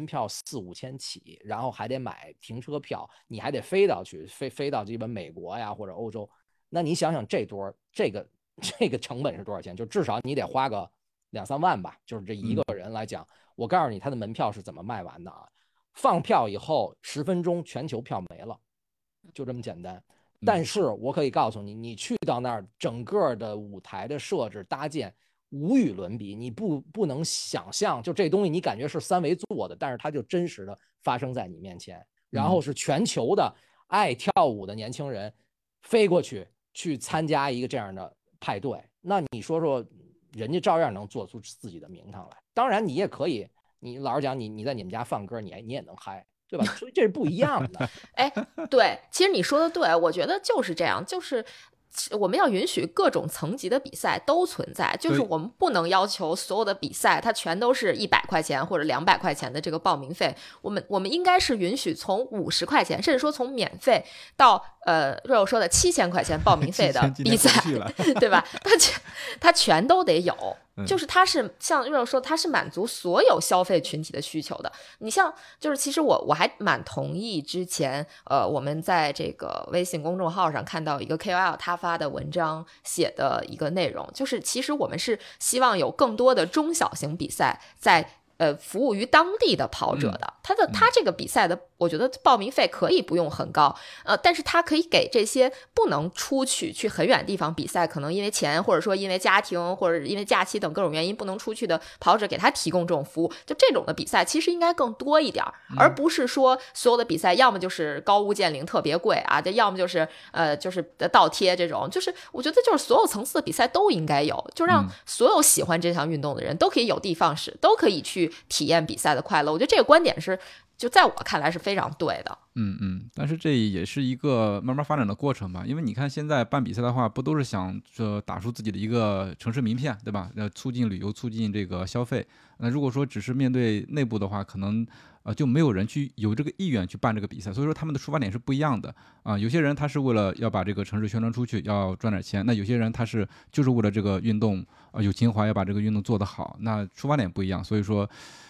4-5千起，然后还得买停车票，你还得飞到这个美国呀或者欧洲。那你想想这个成本是多少钱？就至少你得花个2-3万吧，就是这一个人来讲。我告诉你，他的门票是怎么卖完的啊？放票以后10分钟，全球票没了，就这么简单。但是我可以告诉你，你去到那儿，整个的舞台的设置搭建无与伦比，你不能想象，就这东西你感觉是3维做的，但是它就真实的发生在你面前。然后是全球的爱跳舞的年轻人飞过去参加一个这样的派对，那你说说，人家照样能做出自己的名堂来。当然你也可以，你老实讲，你在你们家放歌，你也能嗨，对吧？所以这是不一样的。 哎，对，其实你说的对，我觉得就是这样，就是我们要允许各种层级的比赛都存在，就是我们不能要求所有的比赛它全都是100块钱或者200块钱的这个报名费，我们应该是允许从50块钱，甚至说从免费到若有说的7000块钱报名费的比赛，对吧？它全都得有。就是它是像瑞说，它是满足所有消费群体的需求的。你像就是其实我还蛮同意之前我们在这个微信公众号上看到一个 KOL 他发的文章写的一个内容，就是其实我们是希望有更多的中小型比赛在服务于当地的跑者的。他这个比赛的我觉得报名费可以不用很高，但是他可以给这些不能出去很远地方比赛，可能因为钱或者说因为家庭或者因为假期等各种原因不能出去的跑者，给他提供这种服务。就这种的比赛其实应该更多一点，而不是说所有的比赛要么就是高屋建瓴特别贵啊，要么就是倒贴这种。就是我觉得就是所有层次的比赛都应该有，就让所有喜欢这项运动的人都可以有的放矢，都可以去体验比赛的快乐。我觉得这个观点是就在我看来是非常对的。 但是这也是一个慢慢发展的过程吧，因为你看现在办比赛的话，不都是想打出自己的一个城市名片，对吧？促进旅游，促进这个消费。那如果说只是面对内部的话，可能就没有人有这个意愿去办这个比赛，所以说他们的出发点是不一样的啊。有些人他是为了要把这个城市宣传出去，要赚点钱；那有些人他就是为了这个运动有情怀，要把这个运动做得好，那出发点不一样。所以说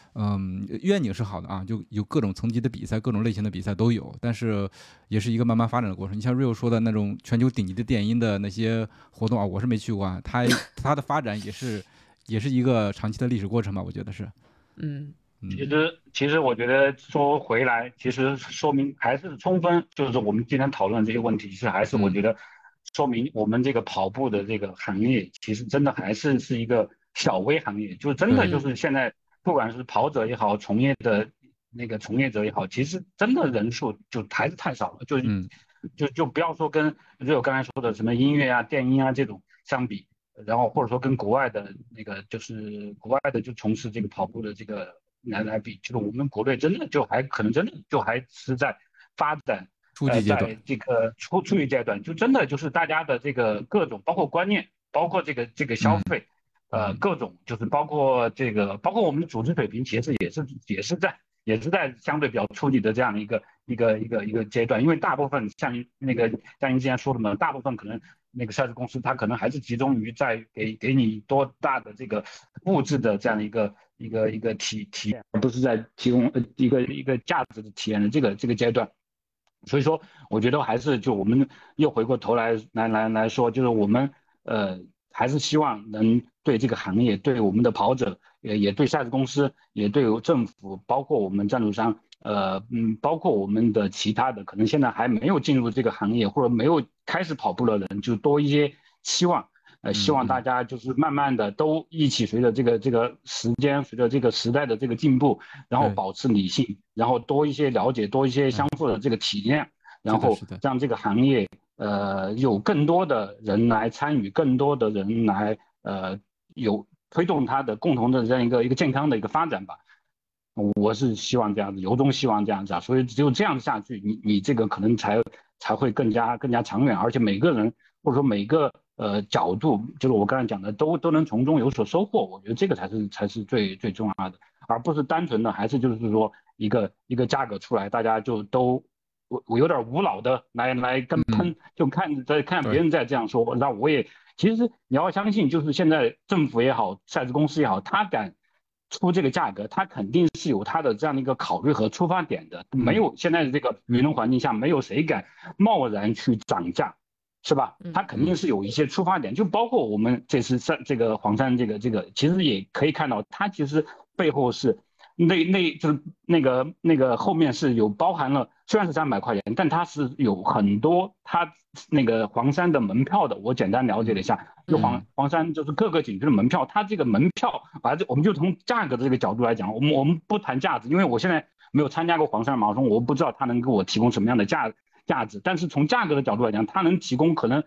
愿景是好的啊，就有各种层级的比赛，各种类型的比赛都有，但是也是一个慢慢发展的过程。你像 Rio 说的那种全球顶级的电音的那些活动啊，我是没去过啊，它的发展也是一个长期的历史过程吧，我觉得是。 其实我觉得说回来，其实说明还是充分，就是我们今天讨论这些问题，其实还是我觉得说明我们这个跑步的这个行业，其实真的还是一个小微行业，就是真的就是现在不管是跑者也好，从业的那个从业者也好，其实真的人数就还是太少了，就不要说跟我刚才说的什么音乐啊、电音啊这种相比，然后或者说跟国外的那个就是国外的就从事这个跑步的这个来比，就是我们国内真的就还可能真的就还是在发展初级阶段， 在这个初级阶段，就真的就是大家的这个各种包括观念，包括这个消费，各种就是包括我们的组织水平，其实也是在相对比较初级的这样的一个阶段，因为大部分像您之前说的嘛，大部分可能那个赛事公司它可能还是集中于在给你多大的这个物质的这样的一个体验，而不是在提供一个价值的体验的这个阶段。所以说，我觉得还是就我们又回过头来说，就是我们还是希望能对这个行业，对我们的跑者，也对赛事公司，也对政府，包括我们赞助商，包括我们的其他的可能现在还没有进入这个行业或者没有开始跑步的人，就多一些期望。希望大家就是慢慢的都一起随着这个时间，随着这个时代的这个进步，然后保持理性，然后多一些了解，多一些相互的这个体验，然后让这个行业有更多的人来参与，更多的人来有推动它的共同的这样一个健康的一个发展吧。我是希望这样子，由衷希望这样子啊，所以只有这样下去，你这个可能才会更加长远，而且每个人或者说每个角度，就是我刚才讲的，都能从中有所收获。我觉得这个才是最重要的，而不是单纯的还是就是说一个价格出来，大家就都我有点无脑的来跟喷，就看别人在这样说，那我也其实你要相信，就是现在政府也好，赛事公司也好，他敢出这个价格，他肯定是有他的这样的一个考虑和出发点的。没有现在的这个舆论环境下，没有谁敢贸然去涨价，是吧？他肯定是有一些出发点，就包括我们这次这个黄山这个，其实也可以看到，它其实背后是就是那个后面是有包含了，虽然是300块钱，但它是有很多它那个黄山的门票的。我简单了解了一下，就黄山就是各个景区的门票，它这个门票，我们就从价格的这个角度来讲，我们不谈价值，因为我现在没有参加过黄山马拉松，我不知道它能给我提供什么样的价值，但是从价格的角度来讲，它能提供可能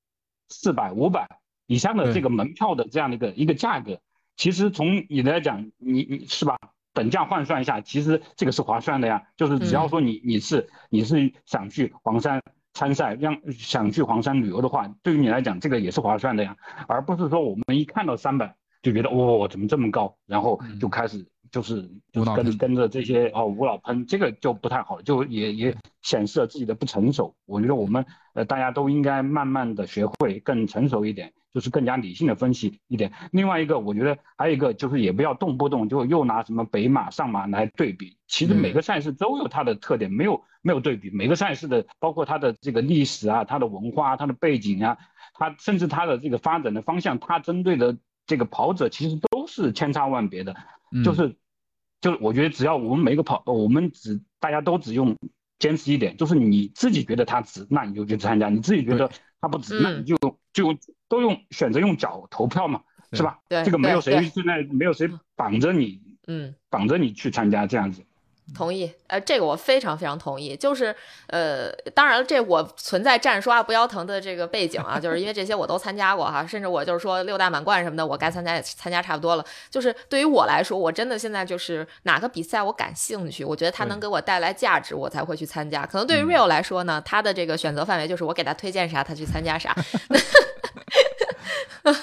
400、500以上的这个门票的这样的一个价格，其实从你来讲，你是吧？等价换算一下，其实这个是划算的呀。就是只要说你是想去黄山参赛，想去黄山旅游的话，对于你来讲，这个也是划算的呀，而不是说我们一看到300就觉得怎么这么高，然后就开始就是跟着这些无脑喷，这个就不太好，就也显示了自己的不成熟。我觉得我们大家都应该慢慢的学会更成熟一点，就是更加理性的分析一点。另外一个，我觉得还有一个就是也不要动不动就又拿什么北马上马来对比，其实每个赛事都有它的特点，没有对比，每个赛事的包括它的这个历史啊，它的文化，它的背景啊，它甚至它的这个发展的方向，它针对的这个跑者其实都是千差万别的。就是我觉得只要我们每个大家都只用坚持一点，就是你自己觉得它值，那你就去参加；你自己觉得它不值，那你就都选择用脚投票嘛，是吧？这个没有谁现在没有谁绑着你，绑着你去参加这样子。 同意，这个我非常非常同意。就是当然这我存在战刷不腰疼的这个背景啊，就是因为这些我都参加过哈，甚至我就是说6大满贯什么的，我该参加也参加差不多了。就是对于我来说，我真的现在就是哪个比赛我感兴趣，我觉得它能给我带来价值，我才会去参加。可能对于 Rio 来说呢，他的这个选择范围就是我给他推荐啥，他去参加啥。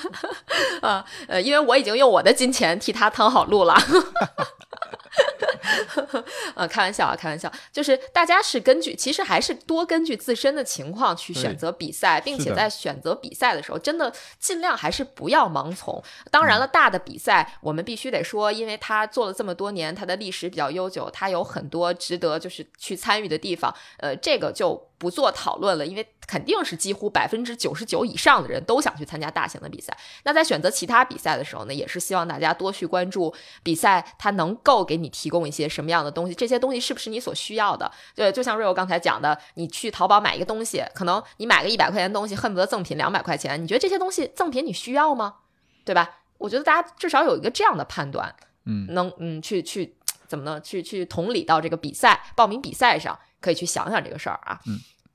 因为我已经用我的金钱替他趟好路了。 开玩笑啊，开玩笑，就是大家是其实还是多根据自身的情况去选择比赛，并且在选择比赛的时候，真的尽量还是不要盲从。当然了，大的比赛我们必须得说，因为他做了这么多年，他的历史比较悠久，他有很多值得就是去参与的地方，这个就不做讨论了，因为肯定是几乎99%以上的人都想去参加大型的比赛。那在选择其他比赛的时候呢，也是希望大家多去关注比赛它能够给你提供一些什么样的东西，这些东西是不是你所需要的。对，就像Rio刚才讲的，你去淘宝买一个东西，可能你买个100块钱的东西，恨不得赠品200块钱，你觉得这些东西赠品你需要吗？对吧？我觉得大家至少有一个这样的判断，去怎么呢？去同理到这个报名比赛上，可以去想想这个事儿啊。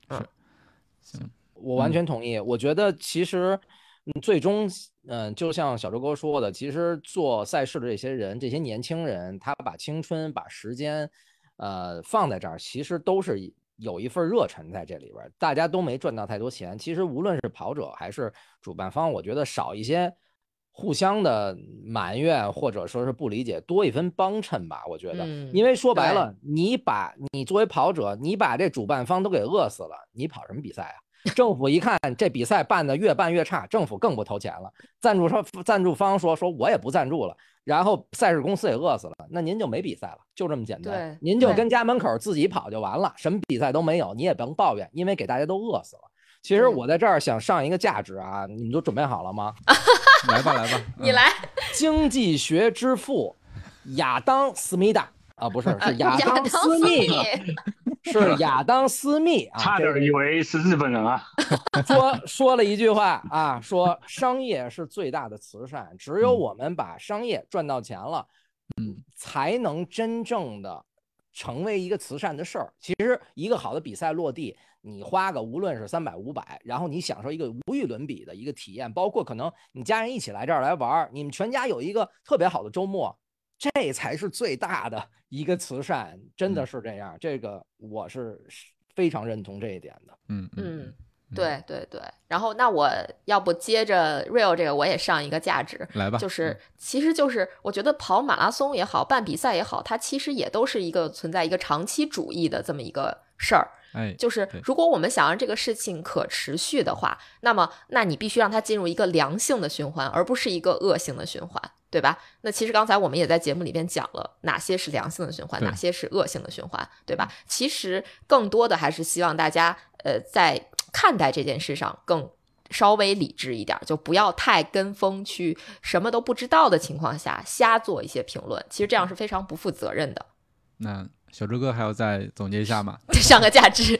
我完全同意。我觉得其实最终就像小周哥说的，其实做赛事的这些人，这些年轻人，他把青春把时间放在这儿，其实都是有一份热忱在这里边。大家都没赚到太多钱，其实无论是跑者还是主办方，我觉得少一些互相的埋怨或者说是不理解，多一分帮衬吧。我觉得因为说白了，你作为跑者，你把这主办方都给饿死了，你跑什么比赛啊？政府一看这比赛办得越办越差，政府更不投钱了，赞助方说我也不赞助了，然后赛事公司也饿死了，那您就没比赛了，就这么简单。您就跟家门口自己跑就完了，什么比赛都没有，你也甭抱怨，因为给大家都饿死了。其实我在这儿想上一个价值啊，你们都准备好了吗？ 来吧， 你来。 经济学之父亚当·斯密达啊，不是，是亚当·斯密，是亚当·斯密啊， 差点以为是日本人啊。 说了一句话啊，说商业是最大的慈善，只有我们把商业赚到钱了，才能真正的成为一个慈善的事儿。其实一个好的比赛落地，你花个无论是300、500，然后你享受一个无与伦比的一个体验，包括可能你家人一起来这儿来玩，你们全家有一个特别好的周末，这才是最大的一个慈善，真的是这样。这个我是非常认同这一点的。 对对对。然后那我要不接着 Rio 这个我也上一个价值来吧， 其实就是我觉得跑马拉松也好，办比赛也好，它其实也都是存在一个长期主义的这么一个事儿。就是如果我们想让这个事情可持续的话，那你必须让它进入一个良性的循环，而不是一个恶性的循环，对吧？那其实刚才我们也在节目里边讲了哪些是良性的循环，哪些是恶性的循环，对吧？其实更多的还是希望大家在看待这件事上更稍微理智一点，就不要太跟风，去什么都不知道的情况下瞎做一些评论，其实这样是非常不负责任的。 那小周哥还要再总结一下吗？ 上个价值。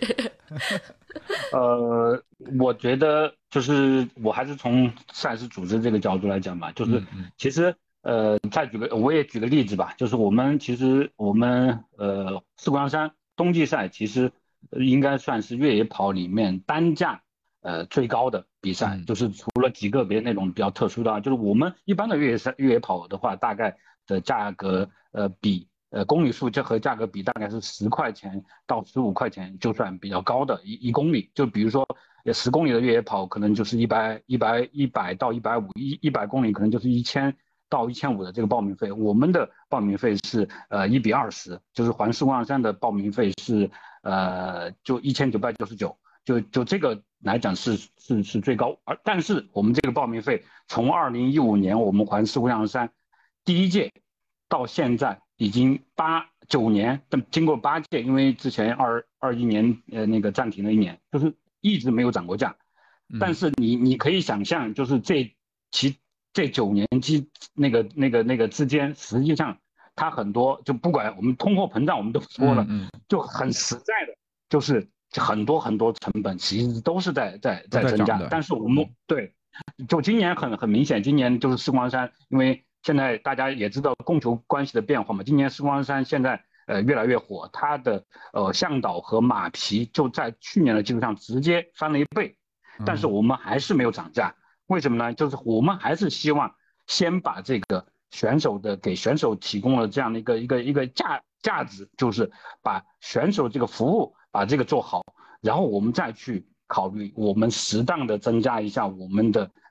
我觉得就是我还是从赛事组织这个角度来讲吧，就是其实我也举个例子吧，就是我们四姑娘山冬季赛其实应该算是越野跑里面单价最高的比赛，就是除了几个别那种比较特殊的，就是我们一般的越野跑的话，大概的价格比公里数和价格比大概是10块钱到15块钱，就算比较高的一公里。就比如说10公里的越野跑可能就是100到150，100公里可能就是1000到1500的这个报名费。我们的报名费是1比20，就是环四姑娘山的报名费是就1999，就这个来讲是最高。但是我们这个报名费从2015年我们环四姑娘山第一届到现在已经9年，但经过8届，因为之前21年那个暂停了1年，就是一直没有涨过价。但是你可以想象，就是这9年那个之间，实际上它很多就不管我们通货膨胀我们都说了，就很实在的，就是很多成本其实都是在增加。但是我们就今年很明显，今年就是四姑娘山，因为现在大家也知道供求关系的变化嘛，今年四姑娘山现在越来越火，它的向导和马匹就在去年的基础上直接翻了1倍，但是我们还是没有涨价。为什么呢？就是我们还是希望先把这个给选手提供了这样的一个价值，就是把选手这个服务把这个做好，然后我们再去考虑我们适当的增加一下我们的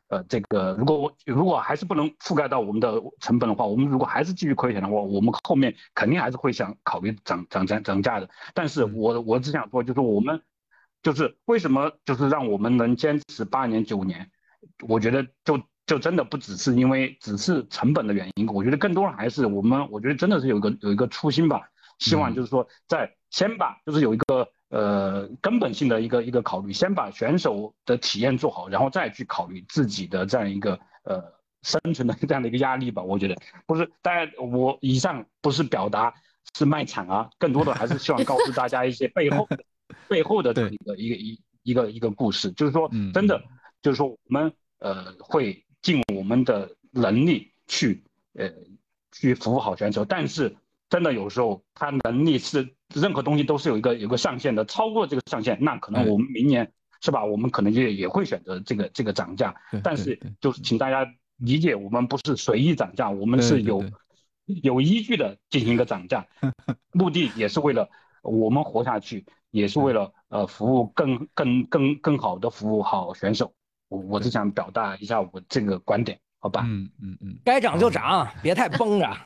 这个如果还是不能覆盖到我们的成本的话，我们如果还是继续亏钱的话，我们后面肯定还是会想考虑涨价的。但是我只想说，就是我们就是为什么就是让我们能坚持8年9年，我觉得就真的不只是因为只是成本的原因，我觉得更多的还是我觉得真的是有一个初心吧，希望就是说先把就是有一个根本性的一个考虑，先把选手的体验做好，然后再去考虑自己的这样一个生存的这样的一个压力吧。我觉得不是，当然我以上不是表达是卖惨啊，更多的还是希望告诉大家一些背后的这一个故事，就是说真的就是说我们会尽我们的能力去服务好选手，但是真的有时候他能力是任何东西都是有一个上限的，超过这个上限，那可能我们明年是吧，我们可能也会选择这个涨价，但是就是请大家理解，我们不是随意涨价，我们是有依据的进行一个涨价，目的也是为了我们活下去，也是为了服务更好的服务好选手。我只想表达一下我这个观点，好吧？ 该涨就涨，别太绷着。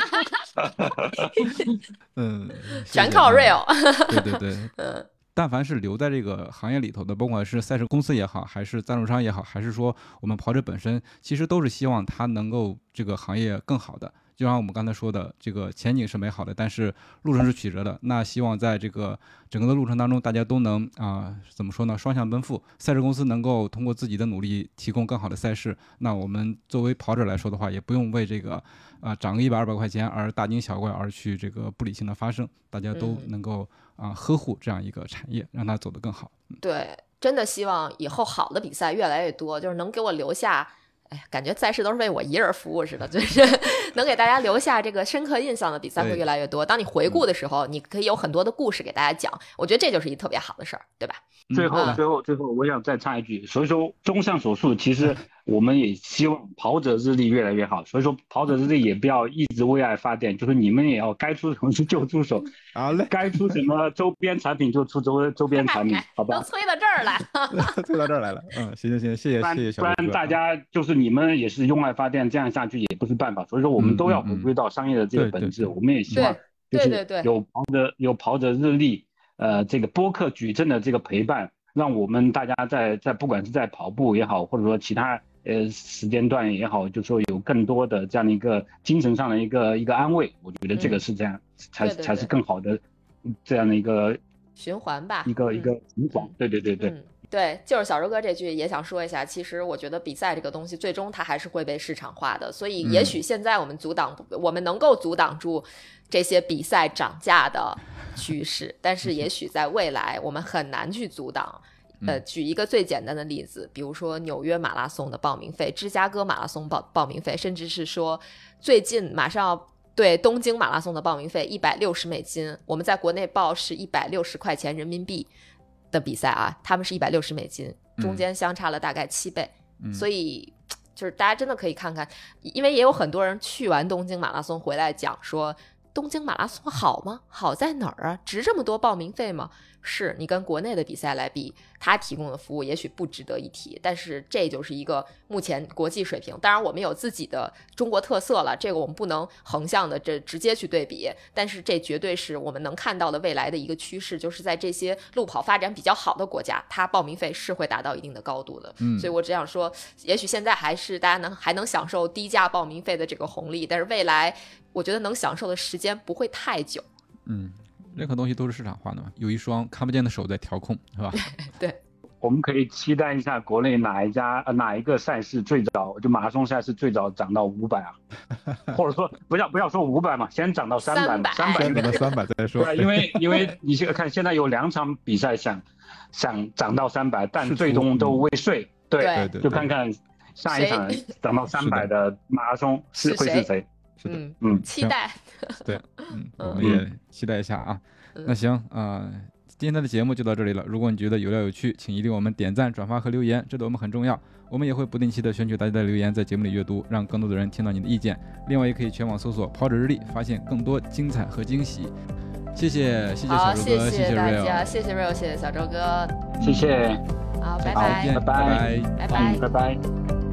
全靠 Real。 对，但凡是留在这个行业里头的，不管是赛事公司也好，还是赞助商也好，还是说我们跑者本身，其实都是希望他能够这个行业更好的。就像我们刚才说的，这个前景是美好的，但是路程是曲折的。那希望在这个整个的路程当中，大家都能怎么说呢？双向奔赴。赛事公司能够通过自己的努力提供更好的赛事。那我们作为跑者来说的话，也不用为这个涨个100、200块钱而大惊小怪，而去这个不理性的发生。大家都能够呵护这样一个产业，让它走得更好。 对，真的希望以后好的比赛越来越多，就是能给我留下。感觉赛事都是为我一人服务似的，就是能给大家留下这个深刻印象的比赛会越来越多。当你回顾的时候，你可以有很多的故事给大家讲，我觉得这就是一特别好的事儿，对吧？ 最后，我想再插一句，所以说综上所述，其实我们也希望跑者日历越来越好。所以说跑者日历也不要一直为爱发电，就是你们也要该出手就出手，好嘞，该出什么周边产品就出周边产品，好吧？ 都催到这儿来了， 催到这儿来了。行，谢谢小哥哥。 不然大家就是你们也是用爱发电，这样下去也不是办法。所以说我们都要回归到商业的这个本质。我们也希望就是有跑者日历。这个播客矩阵的这个陪伴，让我们大家在不管是在跑步也好，或者说其他时间段也好，就说有更多的这样的一个精神上的一个安慰。我觉得这个是这样，才是更好的这样的一个循环吧， 一个循环。对。 对，就是小周哥这句也想说一下，其实我觉得比赛这个东西最终它还是会被市场化的，所以也许现在我们能够阻挡住这些比赛涨价的趋势，但是也许在未来我们很难去阻挡。举一个最简单的例子，比如说纽约马拉松的报名费，芝加哥马拉松报名费，甚至是说最近马上要对东京马拉松的报名费$160，我们在国内报是160块钱人民币的比赛啊，他们是$160，中间相差了大概7倍，所以就是大家真的可以看看，因为也有很多人去完东京马拉松回来讲说，东京马拉松好吗？好在哪儿啊？值这么多报名费吗？是你跟国内的比赛来比，他提供的服务也许不值得一提，但是这就是一个目前国际水平。当然我们有自己的中国特色了，这个我们不能横向的这直接去对比，但是这绝对是我们能看到的未来的一个趋势，就是在这些路跑发展比较好的国家，它报名费是会达到一定的高度的。所以我只想说，也许现在还是大家还能享受低价报名费的这个红利，但是未来我觉得能享受的时间不会太久。 任何东西都是市场化的嘛，有一双看不见的手在调控，是吧？ 对， 我们可以期待一下国内哪一个赛事最早，就马拉松赛事最早涨到500啊，或者说不要说500嘛，先涨到300嘛，300 先涨到300再说。 对，因为你看现在有2场比赛想涨到300，但最终都未遂。对，就看看下一场涨到300的马拉松会是谁。 是的， 期待。 对，我们也期待一下啊。那行今天的节目就到这里了。如果你觉得有料有趣，请一定我们点赞、转发和留言，这对我们很重要。我们也会不定期的选取大家的留言，在节目里阅读，让更多的人听到你的意见。另外，也可以全网搜索跑者日历，发现更多精彩和惊喜。谢谢小周哥， 谢谢大家，谢谢 Real， 谢谢小周哥， 谢谢。 好，拜拜拜， 拜拜。